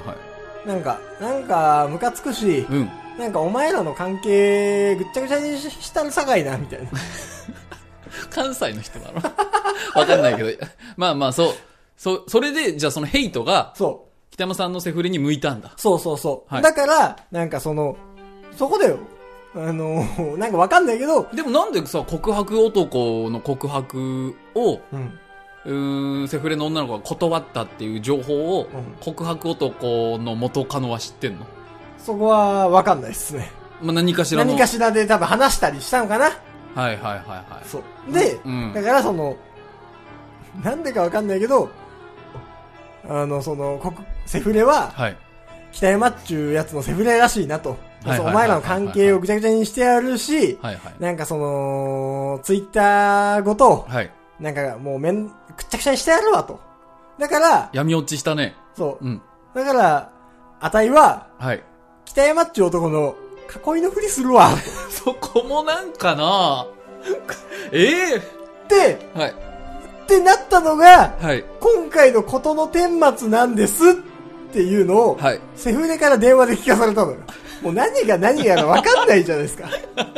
なんか、なんか、ムカつくし、うん。なんか、お前らの関係、ぐっちゃぐちゃにしたるさかいな、みたいな。 関西の人なのわかんないけど。まあまあ、そう。そ、それで、じゃあそのヘイトが、そう。北山さんのセフレに向いたんだ。 そうそうそう。はい、だから、なんかその、そこだよ。あの、なんかわかんないけど。 でもなんでさ、告白男の告白を、うん。うーん、セフレの女の子が断ったっていう情報を、うん、告白男の元カノは知ってんの？ そこは分かんないっすね。 まあ、何かしらの。 何かしらで多分話したりしたのかな。 はいはいはいはい。 そう。で、うん、だからその、なんでか分かんないけど、あの、その、セフレは、はい、北山っちゅうやつのセフレらしいなと。お前らの関係をぐちゃぐちゃにしてやるし、はいはい、なんかその、ツイッターごと、はい、なんかもうめん、くっちゃくちゃにしてやるわと。だから、 闇落ちしたね。 そう。うん。だから、あたいは、はい。北山っちゅう男の囲いのふりするわ。 そこもなんかなええー、 で、はい。ってなったのが、はい。今回の事の顛末なんですっていうのを、はい。セフレから電話で聞かされたのよ。もう何が何やら分かんないじゃないですか。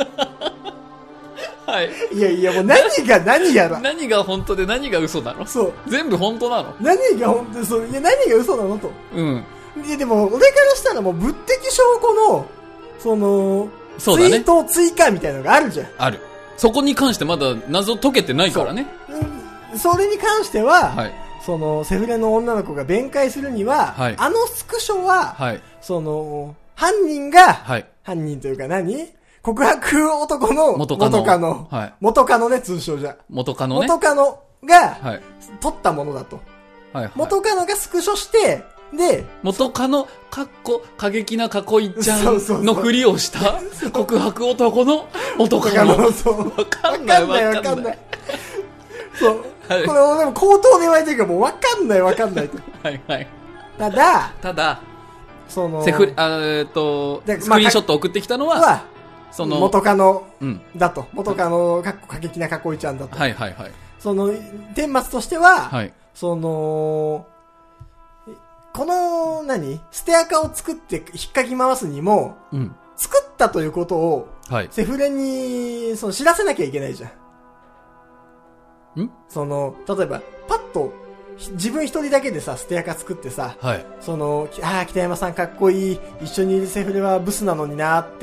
はい。いやいや、もう何が何やら。 何が本当で何が嘘なの？そう。全部本当なの？ 何が本当で、そう、いや、何が嘘なのと。うん。いや、でも、俺からしたらもう物的証拠の、その、そうだね。ツイート追加みたいなのがあるじゃん。 ある。そこに関してまだ謎解けてないからね。 そ, うん、それに関しては、はい。その、セフレの女の子が弁解するには、はい。あのスクショは、はい。その、犯人が、はい。犯人というか何？告白男の元カノ。元カノ。はい。元カノね、通称じゃ。 元カノね。 元カノが、はい。撮ったものだと。はい、はい。元カノがスクショして、で、 元カノ、かっこ、過激な囲いちゃんのふりをした告白男の元カノ。そう。わかんないわかんない。わかんない。そう。はい、これ、でも口頭で言われてるからもうわかんないわかんないと。はいはい。ただ、ただ、その、セフ、あえっと、スクリーンショット送ってきたのは、まその元カノだと、うん、元カノかっこ過激な囲いちゃんだと。はいはいはい。その顛末としては、はい、そのこの何ステアカを作って引っかき回すにも、うん、作ったということを、はい、セフレにその知らせなきゃいけないじゃん。ん？その例えばパッと自分一人だけでさステアカ作ってさ、はい、そのああ北山さんかっこいい一緒にいるセフレはブスなのになーって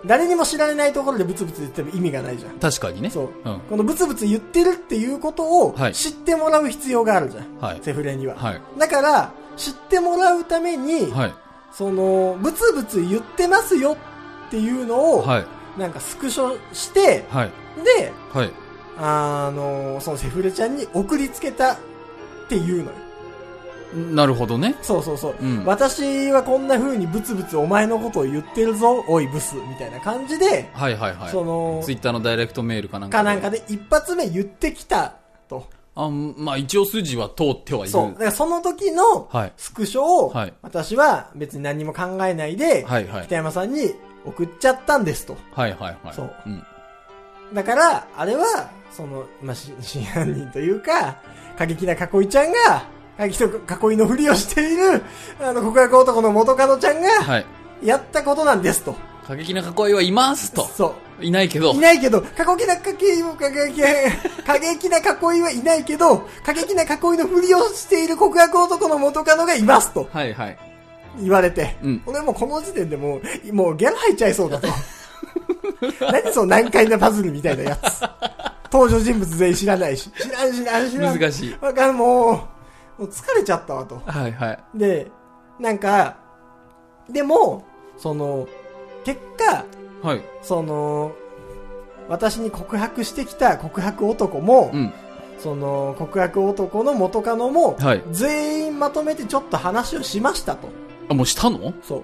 誰にも知られないところでブツブツ言っても意味がないじゃん。 確かにね。 そう。うん、このブツブツ言ってるっていうことを知ってもらう必要があるじゃん。はい、セフレには。はい、だから、知ってもらうために、はい、その、ブツブツ言ってますよっていうのを、はい、なんかスクショして、はい、で、はい、あの、そのセフレちゃんに送りつけたっていうのよ。 なるほどね。 そうそうそう。うん、私はこんな風にブツブツお前のことを言ってるぞ、おいブス、みたいな感じで、 はいはいはい。 その、 ツイッターのダイレクトメールかなんかで。かなんかで一発目言ってきたと。 あ、まあ一応筋は通ってはいる。 そう。だからその時のスクショを、はい、私は別に何も考えないで、はいはい、北山さんに送っちゃったんですと。 はいはいはい。 そう。うん、だから、あれは、その、まあ、真犯人というか、過激な囲いちゃんが、過激と囲いのふりをしている、あの、告白男の元カノちゃんが、はい。やったことなんですと。 過激な囲いはいますと。 そう。 いないけど。 いないけど、過激な過激、過激、過激な囲いはいないけど、過激な囲いのふりをしている告白男の元カノがいますと。 はいはい。 言われて。うん。俺もうこの時点でもう、もうギャラ入っちゃいそうだと。何その難解なパズルみたいなやつ。登場人物全員知らないし。知らん知らん知らん。 難しい。 わかる、もう、もう疲れちゃったわと。 はいはい。 で、なんか、でも、その、結果、はい。その、私に告白してきた告白男も、うん、その、告白男の元カノも、はい。全員まとめてちょっと話をしましたと。 あ、もうしたの？ そう。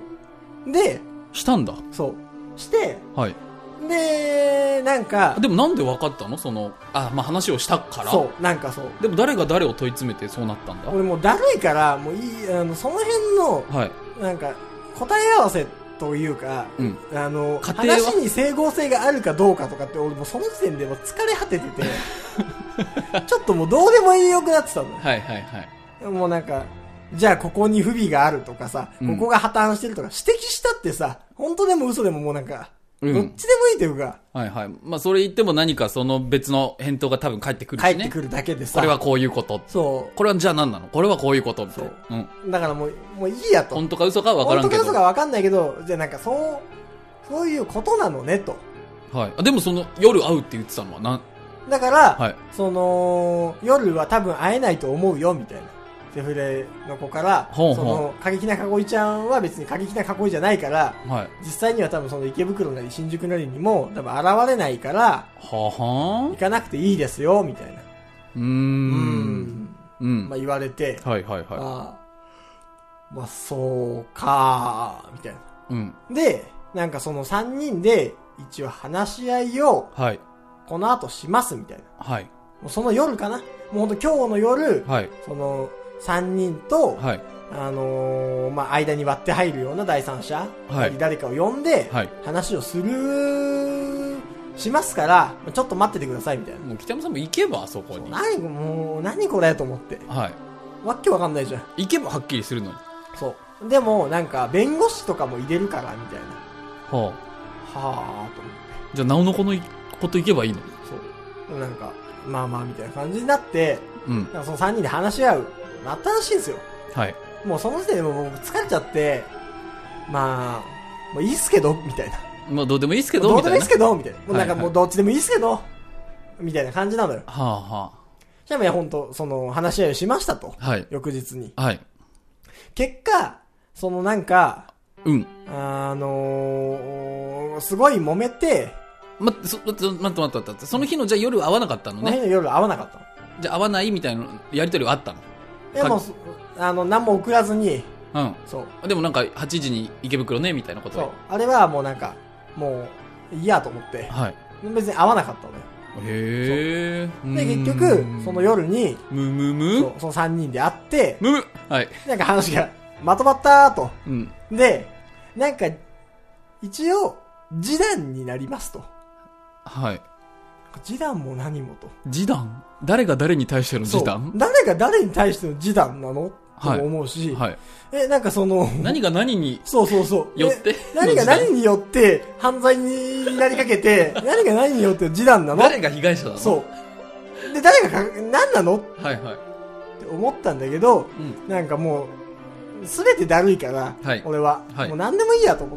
で、 したんだ。 そう。して、 はい。 で、なんか。 でもなんで分かったの？その、あ、まあ、話をしたから。 そう、なんかそう。 でも誰が誰を問い詰めてそうなったんだ？ 俺もうだるいから、もういい、あの、その辺の、はい。なんか、答え合わせというか、うん、あの、話に整合性があるかどうかとかって、俺もうその時点でもう疲れ果ててて、ちょっともうどうでもいいよくなってたの。 はいはいはい。 もうなんか、じゃあここに不備があるとかさ、ここが破綻してるとか指摘したってさ、本当でも嘘でももうなんか、うん、どっちでもいいというか。 はいはい。まあそれ言っても何かその別の返答が多分返ってくるしね。 返ってくるだけでさ。 これはこういうこと。そう。これはじゃあ何なの？これはこういうことって。そう。 うん。だからもう、もういいやと。 本当か嘘かは分からんけど。 本当か嘘か分かんないけど、じゃあなんかそう、そういうことなのねと。 はい。でもその夜会うって言ってたのはな、 だから、はい、その、夜は多分会えないと思うよみたいな。セフレの子から、ほうほう、その、過激な囲いちゃんは別に過激な囲いじゃないから、はい、実際には多分その池袋なり新宿なりにも多分現れないから、はは行かなくていいですよ、みたいな。うーん。うん。うん。まあ言われて、 はいはいはい。 あまあそうかー、みたいな。うん。で、なんかそのさんにんで一応話し合いを、はい。この後しますみたいな。はい。もうその夜かな。もうほんと今日の夜、はい。その、さんにんと、はい、あのー、まあ、間に割って入るような第三者、はい、誰かを呼んで、はい、話をする、しますから、ちょっと待っててくださいみたいな。 もう北山さんも行けば、そこに。 何、もう、何これと思って。はい。わっけわかんないじゃん。 行けばはっきりするのに。 そう。でも、なんか、弁護士とかも入れるから、みたいな。はあ。はあ、と思って。 じゃあ、なおのこのこと行けばいいの？ そう。なんか、まあまあ、みたいな感じになって、うん。なんかそのさんにんで話し合う。あったらしいんですよ。はい。もうその時点でもう疲れちゃって、まあ、もういいっすけど、みたいな。 もうどうでもいいっすけど、 みたいな。どうでもいいっすけど、みたいな。もうなんかもうどっちでもいいっすけど、みたいな感じなのよ。はあはあ。じゃあまあほんと、その話し合いをしましたと。はい。翌日に。はい。結果、そのなんか、うん。あのー、すごい揉めて、 ま、そ、待って待って待って、その日のじゃあ夜会わなかったのね。 その日の夜会わなかったの。 じゃあ会わないみたいなやりとりはあったの？ でも、あの、何も送らずに、 うん。そう。でもなんか、はちじに池袋ね、みたいなこと。 そう。あれはもうなんか、もう、いいやと思って、はい。別に会わなかったのよ。へー。で、結局、その夜に、 むむむそう、そのさんにんで会って、 むむはい。 なんか話がまとまったーと。うん。で、なんか、一応、示談になりますと。 はい。 示談も何もと。 示談？誰が誰に対しての示談？ 誰が誰に対しての示談なのと思うし、はいはい、え、なんかその、 何が何に、 そうそうそう。 よって何が何によって犯罪になりかけて、何が何によって示談なの？ 誰が被害者なの？ そう。で、誰がか、何なの？ はいはい。 って思ったんだけど、うん、なんかもう、すべてだるいから、はい、俺は、はい、もう何でもいいやと思って。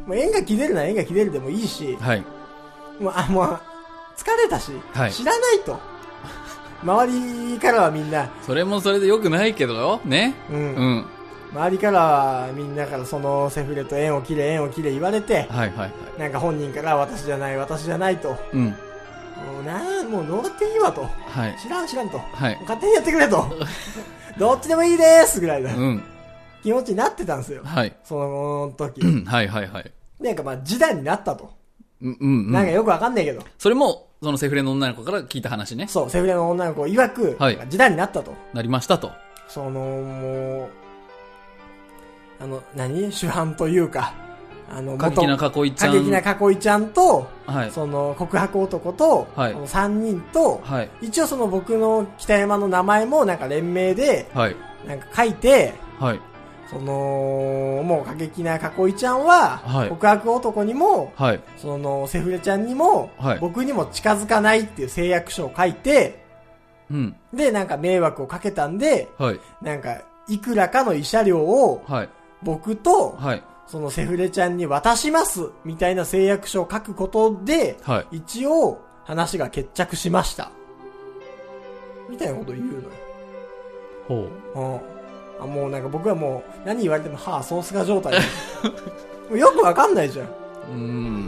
もう縁が切れるなら縁が切れるでもいいし、 はい。 もう、あ、もう、疲れたし、はい、知らないと。周りからはみんな。 それもそれで良くないけどよ、ね。うん。うん。 周りからはみんなからそのセフレと縁を切れ、縁を切れ言われて、はいはいはい。なんか本人から私じゃない、私じゃないと。うん。もうなもうどうだっていいわと。はい。知らん知らんと。はい。勝手にやってくれと。どっちでもいいですぐらいだ。うん。気持ちになってたんですよ。はい。その時。うん、はいはいはい。なんかまあ示談になったと。うんうん、うん。なんかよくわかんないけど。 それも、そのセフレの女の子から聞いた話ね。 そう、セフレの女の子曰く、はい。示談になったと。 なりましたと。 その、もう、あの、何主犯というか、あの、 過激な囲いちゃん。 過激な囲いちゃんと、はい。その、告白男と、はい。さんにんと、はい。一応その僕の北山の名前もなんか連名で、はい。なんか書いて、はい。その、もう過激な囲いちゃんは、はい、告白男にも、はい、その、セフレちゃんにも、はい、僕にも近づかないっていう誓約書を書いて、うん、で、なんか迷惑をかけたんで、はい、なんか、いくらかの慰謝料を、はい、僕と、はい、そのセフレちゃんに渡します、みたいな誓約書を書くことで、はい、一応、話が決着しました。みたいなこと言うのよ。ほう。うんあもうなんか僕はもう何言われてもはぁソースが状態もうよくわかんないじゃん。うん。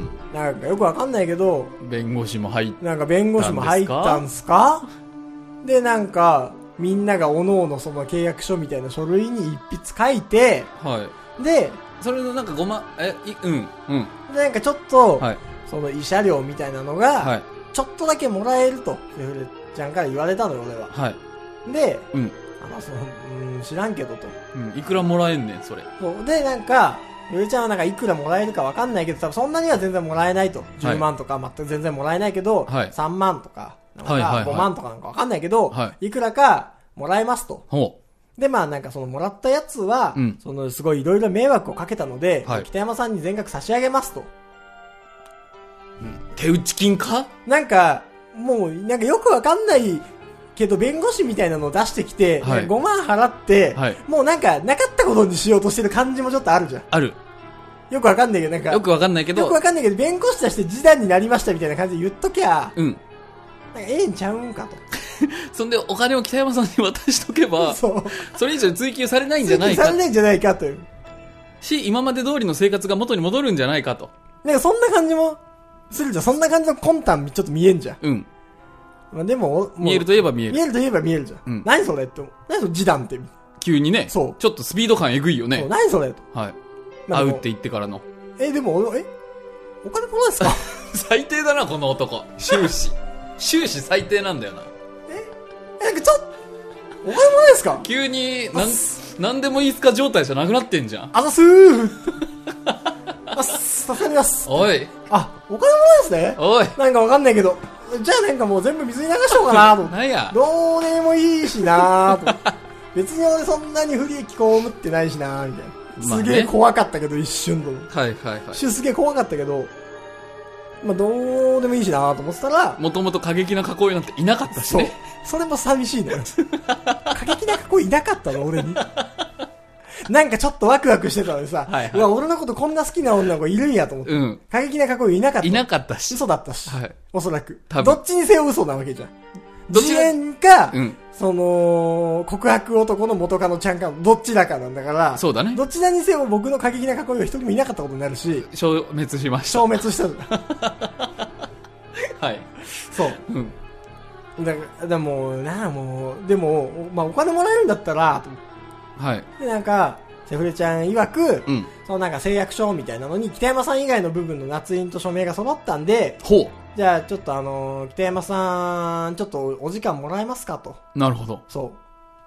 なんかよくわかんないけど。 弁護士も入ったんですか？ なんか弁護士も入ったんすか？でなんかみんなが各々その契約書みたいな書類に一筆書いて。はい。で、 それのなんかごま、え、い、うん、うん。 でなんかちょっと、はい、その慰謝料みたいなのが、はい、ちょっとだけもらえると、セフレちゃんから言われたのよ俺は。はい。で、うん。あの、その、うん、知らんけどと。 うん、いくらもらえんねん、それ。 そう。で、なんか、ゆるちゃんはなんかいくらもらえるかわかんないけど、多分そんなには全然もらえないと。じゅうまんとか全く全然もらえないけど、はい、さんまんとか、なんかごまんとかなんかわかんないけど、はい、いくらかもらえますと。ほう。で、まあなんかそのもらったやつは、うん、そのすごいいろいろ迷惑をかけたので、はい、北山さんに全額差し上げますと。 うん、手打ち金か？ なんか、もう、なんかよくわかんない、けど弁護士みたいなのを出してきて、はい、ごまん払って、はい、もうなんかなかったことにしようとしてる感じもちょっとあるじゃん。 ある。 よくわかんないけど、なんか。 よくわかんないけど。 よくわかんないけど、弁護士として示談になりましたみたいな感じで言っときゃ、うん。なんかええんちゃうんかと。 そんでお金を北山さんに渡しとけば、そう。それ以上追及されないんじゃないか。追及されないんじゃないかという。 し、今まで通りの生活が元に戻るんじゃないかと。 なんかそんな感じもするじゃん。そんな感じの魂胆ちょっと見えんじゃん。うん。まあ、でも、 見えるといえば見える。 見えるといえば見えるじゃん。うん、何それって。何その示談って。 急にね。そう。ちょっとスピード感えぐいよね。そう、 何それと。 はい。会うって言ってからの。 え、でも、えお金もらえですか？ 最低だな、この男。終始。終始最低なんだよな。 えなんかちょっと、お金もらえですか？ 急に、なん、なんでもいいっすか状態じゃなくなってんじゃん。 あざすーあ、さすがにます。 おい。 あ、お金もらえですね。 おい。 なんかわかんないけど。じゃあなんかもう全部水に流しようかなと。 なんや。 どうでもいいしなと。別に俺そんなに不利益被ってないしなみたいな。すげえ怖かったけど、一瞬の。 はいはいはい。 一瞬すげえ怖かったけど、まあどうでもいいしなと思ってたら。 もともと過激な囲いなんていなかったしね。 そう。それも寂しいのよ。過激な囲いいなかったの俺に。なんかちょっとワクワクしてたのにさ、はいはい、うわ、俺のことこんな好きな女の子いるんやと思って。うん。過激な囲いいなかった。 いなかったし。 嘘だったし。はい。おそらく。多分。どっちにせよ嘘なわけじゃん。どっちか、うん、その、告白男の元カノちゃんか、どっちだかなんだから。 そうだね。 どっちだにせよ僕の過激な囲いは一人もいなかったことになるし。 消滅しました。 消滅した。 はい。 そう。うん。だから、でも、なあもう、でも、まあお金もらえるんだったら、と思って。はい。で、なんか、セフレちゃん曰く、うん、そのなんか誓約書みたいなのに、北山さん以外の部分の捺印と署名が揃ったんで、ほう。じゃあ、ちょっとあのー、北山さん、ちょっとお時間もらえますかと。 なるほど。 そう。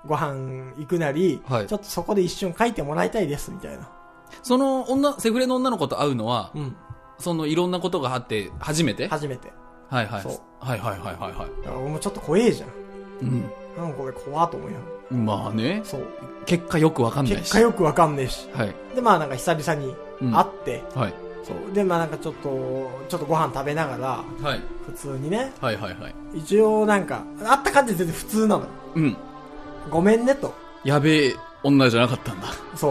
ご飯行くなり、はい、ちょっとそこで一瞬書いてもらいたいです、みたいな。 その女、セフレの女の子と会うのは、うん、そのいろんなことがあって、初めて初めて。 はいはい。そう。はいはいはいはいはい。 だから俺もちょっと怖えじゃん。うん。なんかこれ怖と思うよ。 まあね。そう。結果よくわかんないし。 結果よくわかんねえし。はい。で、まあなんか久々に会って、うん、はい。そう。で、まあなんかちょっと、ちょっとご飯食べながら、はい。普通にね。はいはいはい。一応なんか、会った感じで全然普通なの。うん。ごめんねと。 やべえ女じゃなかったんだ。 そう。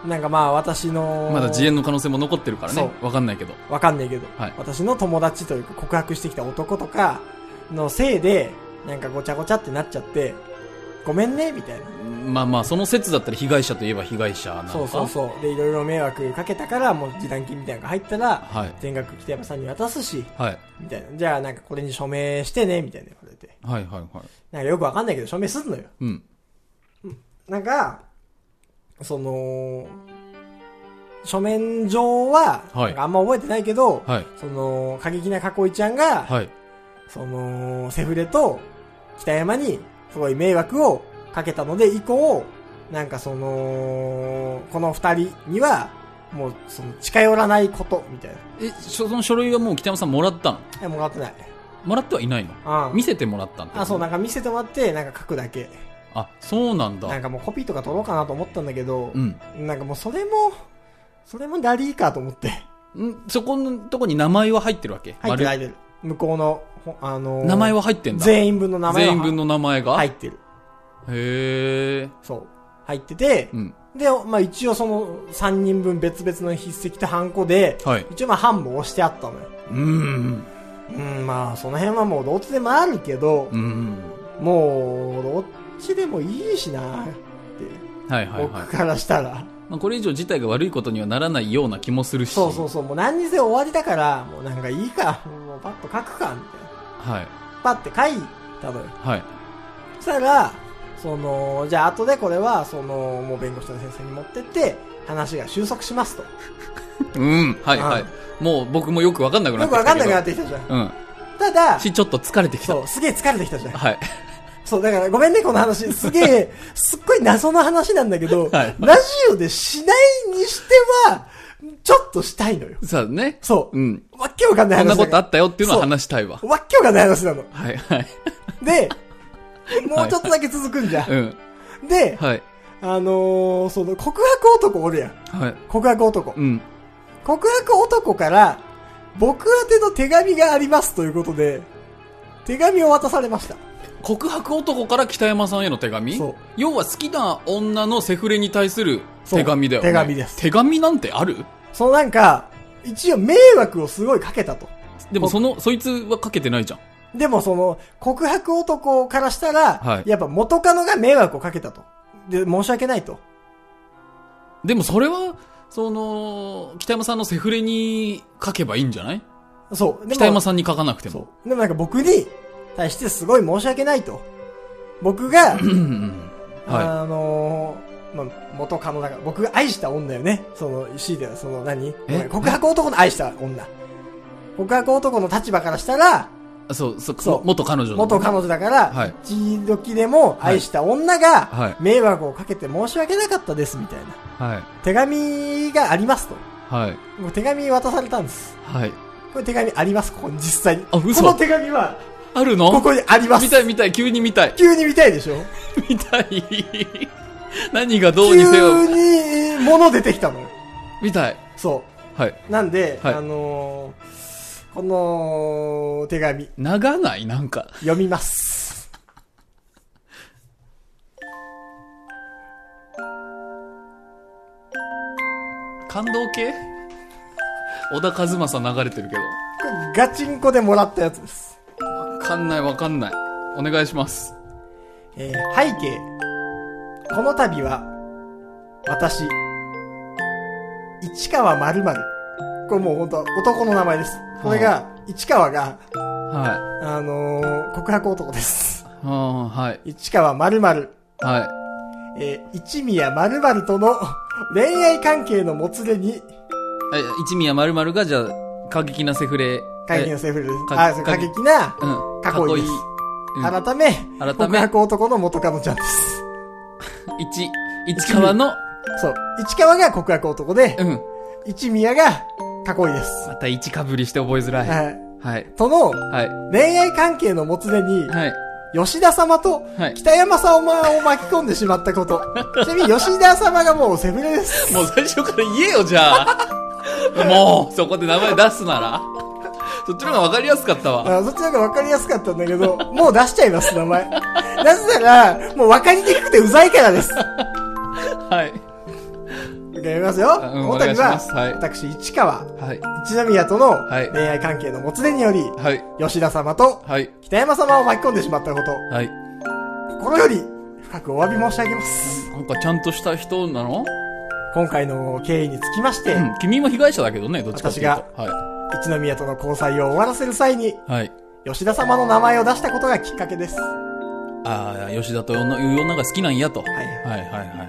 なんかまあ私の。 まだ自演の可能性も残ってるからね。わかんないけど。 わかんないけど。はい、私の友達というか告白してきた男とかのせいで、なんかごちゃごちゃってなっちゃって、ごめんね、みたいな。 まあまあ、その説だったら被害者といえば被害者なのか。 そうそうそう。で、いろいろ迷惑かけたから、もう示談金みたいなのが入ったら、はい、全額北山さんに渡すし、はい、みたいな。じゃあなんかこれに署名してね、みたいな言われて。はいはいはい。なんかよくわかんないけど署名すんのよ。うん。なんか、その、書面上は、はい、なんかあんま覚えてないけど、はい、その、過激なかこいちゃんが、はい、その、セフレと北山にすごい迷惑をかけたので、以降、なんかその、この二人には、もう、その、近寄らないこと、みたいな。 え、その書類はもう北山さんもらったの？ え、もらってない。 もらってはいないの？うん。見せてもらったんだ。 あ、そう、なんか見せてもらって、なんか書くだけ。 あ、そうなんだ。 なんかもうコピーとか取ろうかなと思ったんだけど、うん。なんかもうそれも、それもダリーかと思って。 んそこのとこに名前は入ってるわけ？ 入ってる入ってる。向こうの、あのー、 名前は入ってんだ。 全員分の名前は。全員分の名前が入ってる。 へー。 そう。入ってて、うん、で、まあ一応そのさんにんぶん別々の筆跡とハンコで、はい、一応まあ版も押してあったのよ。うん。うん、まあその辺はもうどっちでもあるけど、うん、もうどっちでもいいしなって、はいはいはい、僕からしたら。 まあ、これ以上自体が悪いことにはならないような気もするし。 そうそうそう、もう何にせ終わりだから、もうなんかいいか、もうパッと書くか、みたいな。はい。パッて書いたのよ。はい。そしたら、その、じゃあ後でこれは、その、もう弁護士の先生に持ってって、話が収束しますと。 うん、はいはい。うん、もう僕もよくわかんなくなってきた。 よくわかんなくなってきたじゃん。うん。ただ、 し、ちょっと疲れてきた。 そう、すげえ疲れてきたじゃん。はい。そう、だからごめんね、この話。すげえ、すっごい謎の話なんだけど、はい、ラジオでしないにしては、ちょっとしたいのよ。 そうね。 そう。うん。わっけわかんない話。 こんなことあったよっていうのは話したいわ。 わっけわかんない話なの。 はいはい。 で、もうちょっとだけ続くんじゃん。はいはい、うん。で、はい。あのー、その告白男おるやん。はい。告白男。うん。告白男から、僕宛ての手紙がありますということで、手紙を渡されました。 告白男から北山さんへの手紙？そう。要は好きな女のセフレに対する手紙だよね。 手紙です。 手紙なんてある？ そうなんか、一応迷惑をすごいかけたと。 でもその、そいつはかけてないじゃん。 でもその、告白男からしたら、はい、やっぱ元カノが迷惑をかけたと。で、申し訳ないと。 でもそれは、その、北山さんのセフレに書けばいいんじゃない？ そう。 でも北山さんに書かなくても。そう。でもなんか僕に対してすごい申し訳ないと。僕が、はい、あのー、まあ、元カノだから、僕が愛した女よね。その、強いては、その何、告白男の愛した女。告白男の立場からしたら、 そう、そ、そう、元彼女、ね。 元彼女だから、はい、一時でも愛した女が、迷惑をかけて申し訳なかったです、みたいな。はい。手紙がありますと。はい。もう手紙渡されたんです。はい。これ手紙あります、ここに実際に。 あ、嘘？ この手紙は、 あるの？ ここにあります。 見たい見たい、急に見たい。 急に見たいでしょ？ 見たい。何がどうにせよ。 急に物出てきたのよ。 見たい。 そう。はい。なんで、はい、あのー、この手紙。 長ないなんか。 読みます。 感動系？小田和正流れてるけど。 これガチンコでもらったやつです。 わかんないわかんない。お願いします。 えー、背景。この度は、私、市川〇〇。これもう本当男の名前です。これが、市川が、はい。あのー、告白男です。 あはい。 市川〇〇。はい。えー、一宮〇〇との恋愛関係のもつれに、 え、一宮〇〇がじゃあ、過激なセフレ。 過激なセフレです。あ、過激な、うん。過去です。うん、改め、改め、告白男の元カノちゃんです。 一、市川の、 そう。市川が告白男で、うん。一宮が、過去です。 また一かぶりして覚えづらい。はい。 はい。との、はい。恋愛関係のもつれに、はい。吉田様と、北山様を巻き込んでしまったこと。ちなみに吉田様がもうセフレです。 もう最初から言えよ、じゃあ。もう、そこで名前出すなら。そっちの方が分かりやすかったわ。 あ、そっちの方が分かりやすかったんだけど、もう出しちゃいます、名前。なぜなら、もう分かりにくくてうざいからです。 はい。 読みますよ。 うん、 この度は、 はい、 私、市川、 はい、 一宮との恋愛関係のもつれにより、はい、吉田様と、北山様を巻き込んでしまったこと、はい、心より深くお詫び申し上げます。 なんかちゃんとした人なの？ 今回の経緯につきまして、うん、 君も被害者だけどね、どっちかというと。 私が、はい、一宮との交際を終わらせる際に、はい、吉田様の名前を出したことがきっかけです。 ああ、吉田という女が好きなんやと。はい、はい、はい、はい。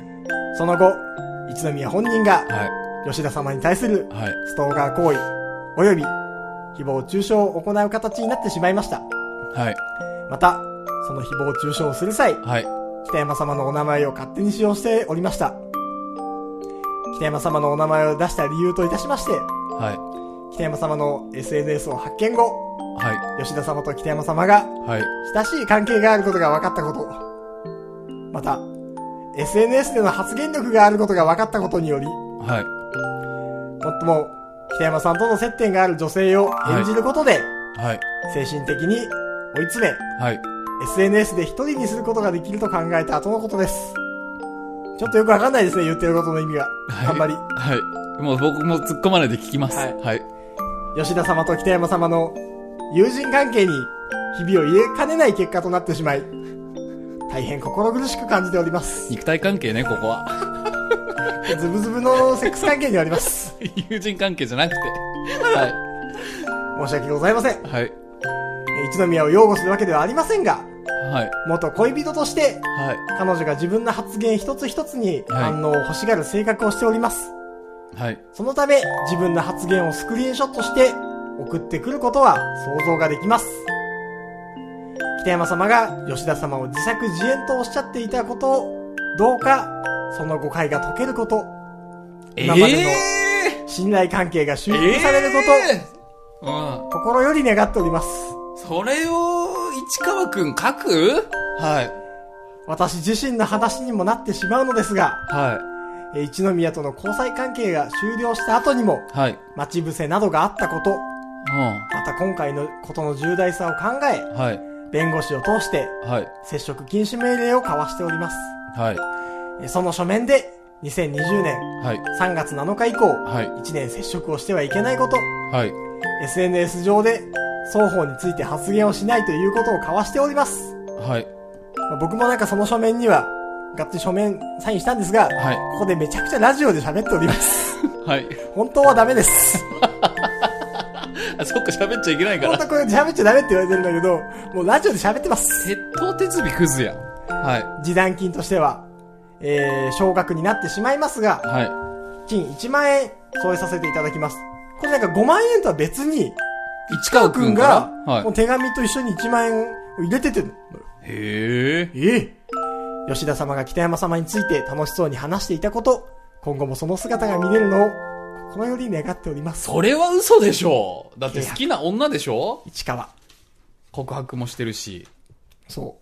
その後、一宮本人が、はい、吉田様に対する、ストーカー行為、および、誹謗中傷を行う形になってしまいました。はい。また、その誹謗中傷をする際、はい、北山様のお名前を勝手に使用しておりました。北山様のお名前を出した理由といたしまして、はい、北山様の エスエヌエス を発見後、はい、吉田様と北山様が、はい、親しい関係があることが分かったこと、また、エスエヌエス での発言力があることが分かったことにより、はい、もっとも、北山さんとの接点がある女性を演じることで、はい、精神的に追い詰め、はい、エスエヌエス で一人にすることができると考えた後のことです。ちょっとよくわかんないですね、言ってることの意味が。はい、あんまり。はい。もう僕も突っ込まないで聞きます。はい。はい、吉田様と北山様の友人関係に日々を入れかねない結果となってしまい、大変心苦しく感じております。 肉体関係ね、ここは。 ズブズブのセックス関係にあります。 友人関係じゃなくて。 はい。申し訳ございません。はい。一宮を擁護するわけではありませんが、はい。元恋人として、はい。彼女が自分の発言一つ一つに反応を欲しがる性格をしております。はい。そのため、自分の発言をスクリーンショットして送ってくることは想像ができます。北山様が吉田様を自作自演とおっしゃっていたことを、どうか、その誤解が解けること、今までの信頼関係が修復されること、えーうん、心より願っております。 それを、市川くん書く？はい。 私自身の話にもなってしまうのですが、はい。一宮との交際関係が終了した後にも、はい。待ち伏せなどがあったこと、うん。また今回のことの重大さを考え、はい。弁護士を通して、はい。接触禁止命令を交わしております。はい。その書面で、にせんにじゅうねん、はい。さんがつなのか以降、はい。いちねん接触をしてはいけないこと、はい。エスエヌエス 上で、双方について発言をしないということを交わしております。はい。まあ、僕もなんかその書面には、がっつり書面サインしたんですが、はい。ここでめちゃくちゃラジオで喋っております。はい。本当はダメです。 あ、そっか、喋っちゃいけないから。 本当これ喋っちゃダメって言われてるんだけど、もうラジオで喋ってます。 鉄頭鉄尾クズやん。はい。 示談金としては、えー、少額になってしまいますが、はい。金いちまんえん添えさせていただきます。これなんかごまんえんとは別に、 市川くんが、 はい、手紙と一緒にいちまんえんを入れててるの。 へえ。 ええ。吉田様が北山様について楽しそうに話していたこと、今後もその姿が見れるのを、心より願っております。 それは嘘でしょ。だって好きな女でしょ？ 市川。 告白もしてるし。 そう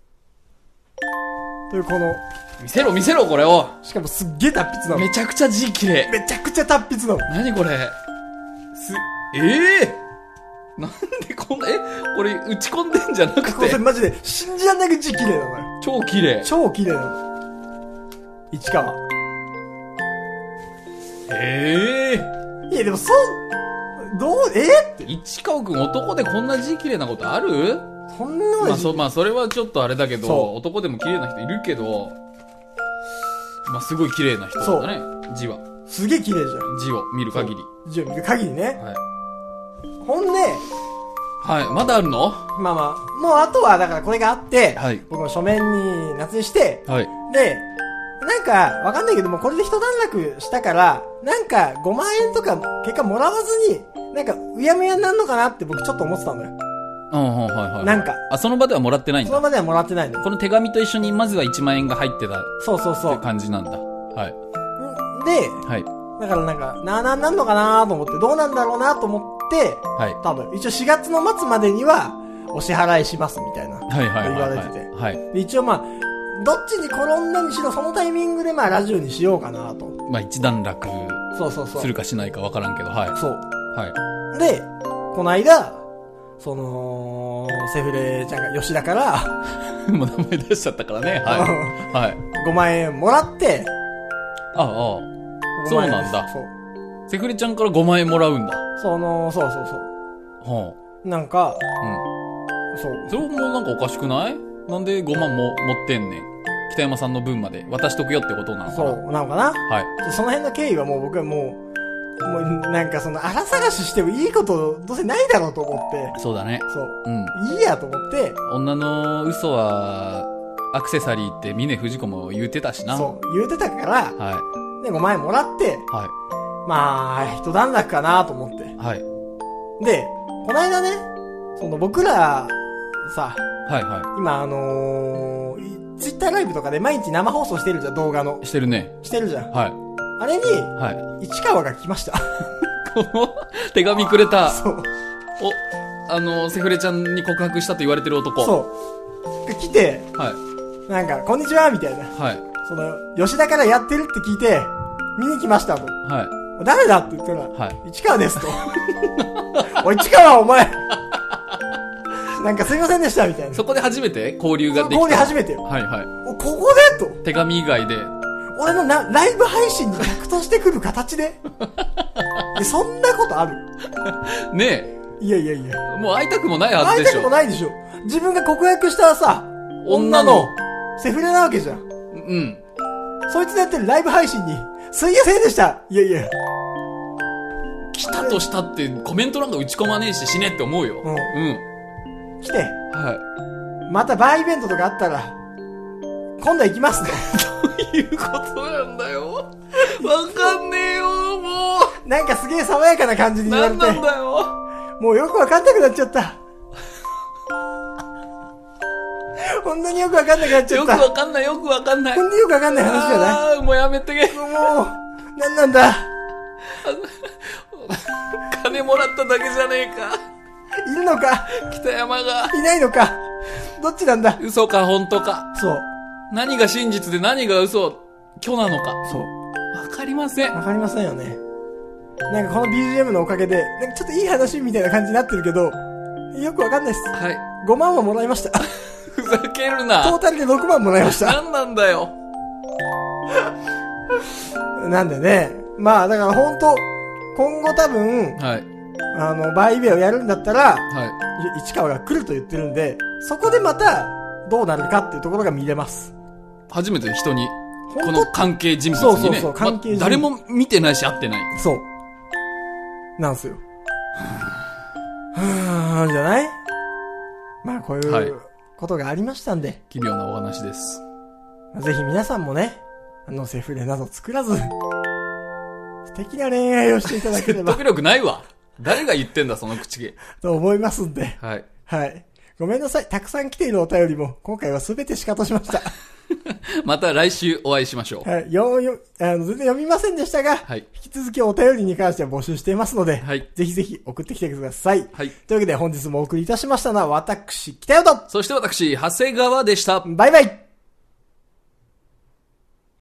。というこの、 見せろ見せろこれを。 しかもすっげえ達筆なの。 めちゃくちゃ字綺麗。 めちゃくちゃ達筆なの。 何これ。す、ええーなんでこんな、え、これ打ち込んでんじゃなくて。 これマジで信じられないぐらい字綺麗なのよ。 超綺麗。 超綺麗なの。市川。 ええー。 いやでもそう、どう、えー、って。 市川くん男でこんな字綺麗なことある？ そんなまあそ、まあそれはちょっとあれだけど、男でも綺麗な人いるけど、まあすごい綺麗な人だね、字は。 すげえ綺麗じゃん。 字を見る限り。 字を見る限りね。はい。ほんで、 はい、まだあるの？ まあまあ、もうあとはだからこれがあって、はい、僕も書面に捺印して、はい、で、なんかわかんないけどもこれで一段落したから、なんかごまんえんとか結果もらわずに、なんかうやむやになるのかなって僕ちょっと思ってたのよ。 うん、はいはい。 なんか。 あ、その場ではもらってないんだ。 その場ではもらってないんだ。 この手紙と一緒にまずはいちまんえんが入ってた。 そうそうそう。 って感じなんだ。はい。 で、はい。だからなんか、なあなあなんのかなと思って、どうなんだろうなと思って、はい。多分、一応しがつの末までには、お支払いしますみたいな。はいはい。言われてて。はい。で、一応まあ、どっちに転んだにしろ、そのタイミングでまあ、ラジオにしようかなと。 まあ、一段落。 そうそうそう。 するかしないかわからんけど、はい。 そう。 はい。 で、この間、その、セフレちゃんが吉田から、 もう名前出しちゃったからね。はい。はい。 ごまんえんもらって、 ああ、 そうなんだ。そう。セフレちゃんからごまん円もらうんだ。 その、そうそうそう。はあ。なんか、うん。そう。 それもなんかおかしくない？なんでごまんも持ってんねん。北山さんの分まで渡しとくよってことなのかな？ そう、なのかな？ はい。 その辺の経緯はもう僕はもう、もうなんかその荒探ししてもいいことどうせないだろうと思って。 そうだね。 そう。うん。いいやと思って。 女の嘘は、アクセサリーって峰不二子も言うてたしな。 そう、言うてたから、はい。で、ごまん円もらって、はい。まあ、一段落かなと思って。はい。で、この間ね、その僕ら、さ、はいはい。今あのー、ツイッターライブとかで毎日生放送してるじゃん、動画の。 してるね。 してるじゃん。はい。あれに、はい。市川が来ました。 手紙くれた。 そう。 お、あの、セフレちゃんに告白したと言われてる男。 そう。来て、はい。なんか、こんにちはみたいな。はい。その、吉田からやってるって聞いて、見に来ましたと。はい。誰だって言ったら、はい。市川ですと。おい、市川お前。なんかすいませんでしたみたいな。 そこで初めて交流ができた。 交流初めてよ。 はいはい。 お、ここでと。 手紙以外で。 俺のなライブ配信に客としてくる形でそんなことあるねえ。 いやいやいや。 もう会いたくもないはずでしょ。 会いたくもないでしょ。自分が告白したさ、女のセフレなわけじゃん。うん。そいつでやってるライブ配信に、すいませんでした。いやいや。 来たとしたってコメントなんか打ち込まねえし死ねって思うよ。うん。うん。 来て。はい。またバーイベントとかあったら、今度行きますね。 どういうことなんだよ。わかんねえよ、もう。なんかすげえ爽やかな感じに言われて。 なんなんだよ。 もうよくわかんなくなっちゃった。本当によくわかんなくなっちゃった。 よくわかんない、よくわかんない。 本当によくわかんない話じゃない？ ああ、もうやめてけ。 もう、なんなんだ。 金もらっただけじゃねえか。 いるのか北山が。 いないのか。どっちなんだ。 嘘か本当か。 そう。 何が真実で何が嘘、虚なのか。 そう。 わかりません。 わかりませんよね。なんかこの ビージーエム のおかげで、なんかちょっといい話みたいな感じになってるけど、よくわかんないです。はい。ごまんはもらいました。 ふざけるな。 トータルでろくまんもらいました。 なんなんだよ。 なんでね、まあだから本当今後多分、はい。あの、バイベをやるんだったら、はい。市川が来ると言ってるんで、そこでまた、どうなるかっていうところが見れます。 初めて人に、この関係人物にね。そうそうそう、関係人物。ま、誰も見てないし会ってない。 そう。なんすよ。はぁ、じゃない？まあこういうことがありましたんで。はい、 奇妙なお話です。 ぜひ皆さんもね、あのセフレなど作らず、素敵な恋愛をしていただければ。 説得力ないわ。誰が言ってんだ、その口毛。 と思いますんで。はい。はい。ごめんなさい。たくさん来ているお便りも、今回はすべてシカトしました。 また来週お会いしましょう。 はい。よ、よ、あの、全然読みませんでしたが、はい。引き続きお便りに関しては募集していますので、はい。ぜひぜひ送ってきてください。はい。というわけで本日もお送りいたしましたのは、私、北よと。 そして私、長谷川でした。 バイバイ。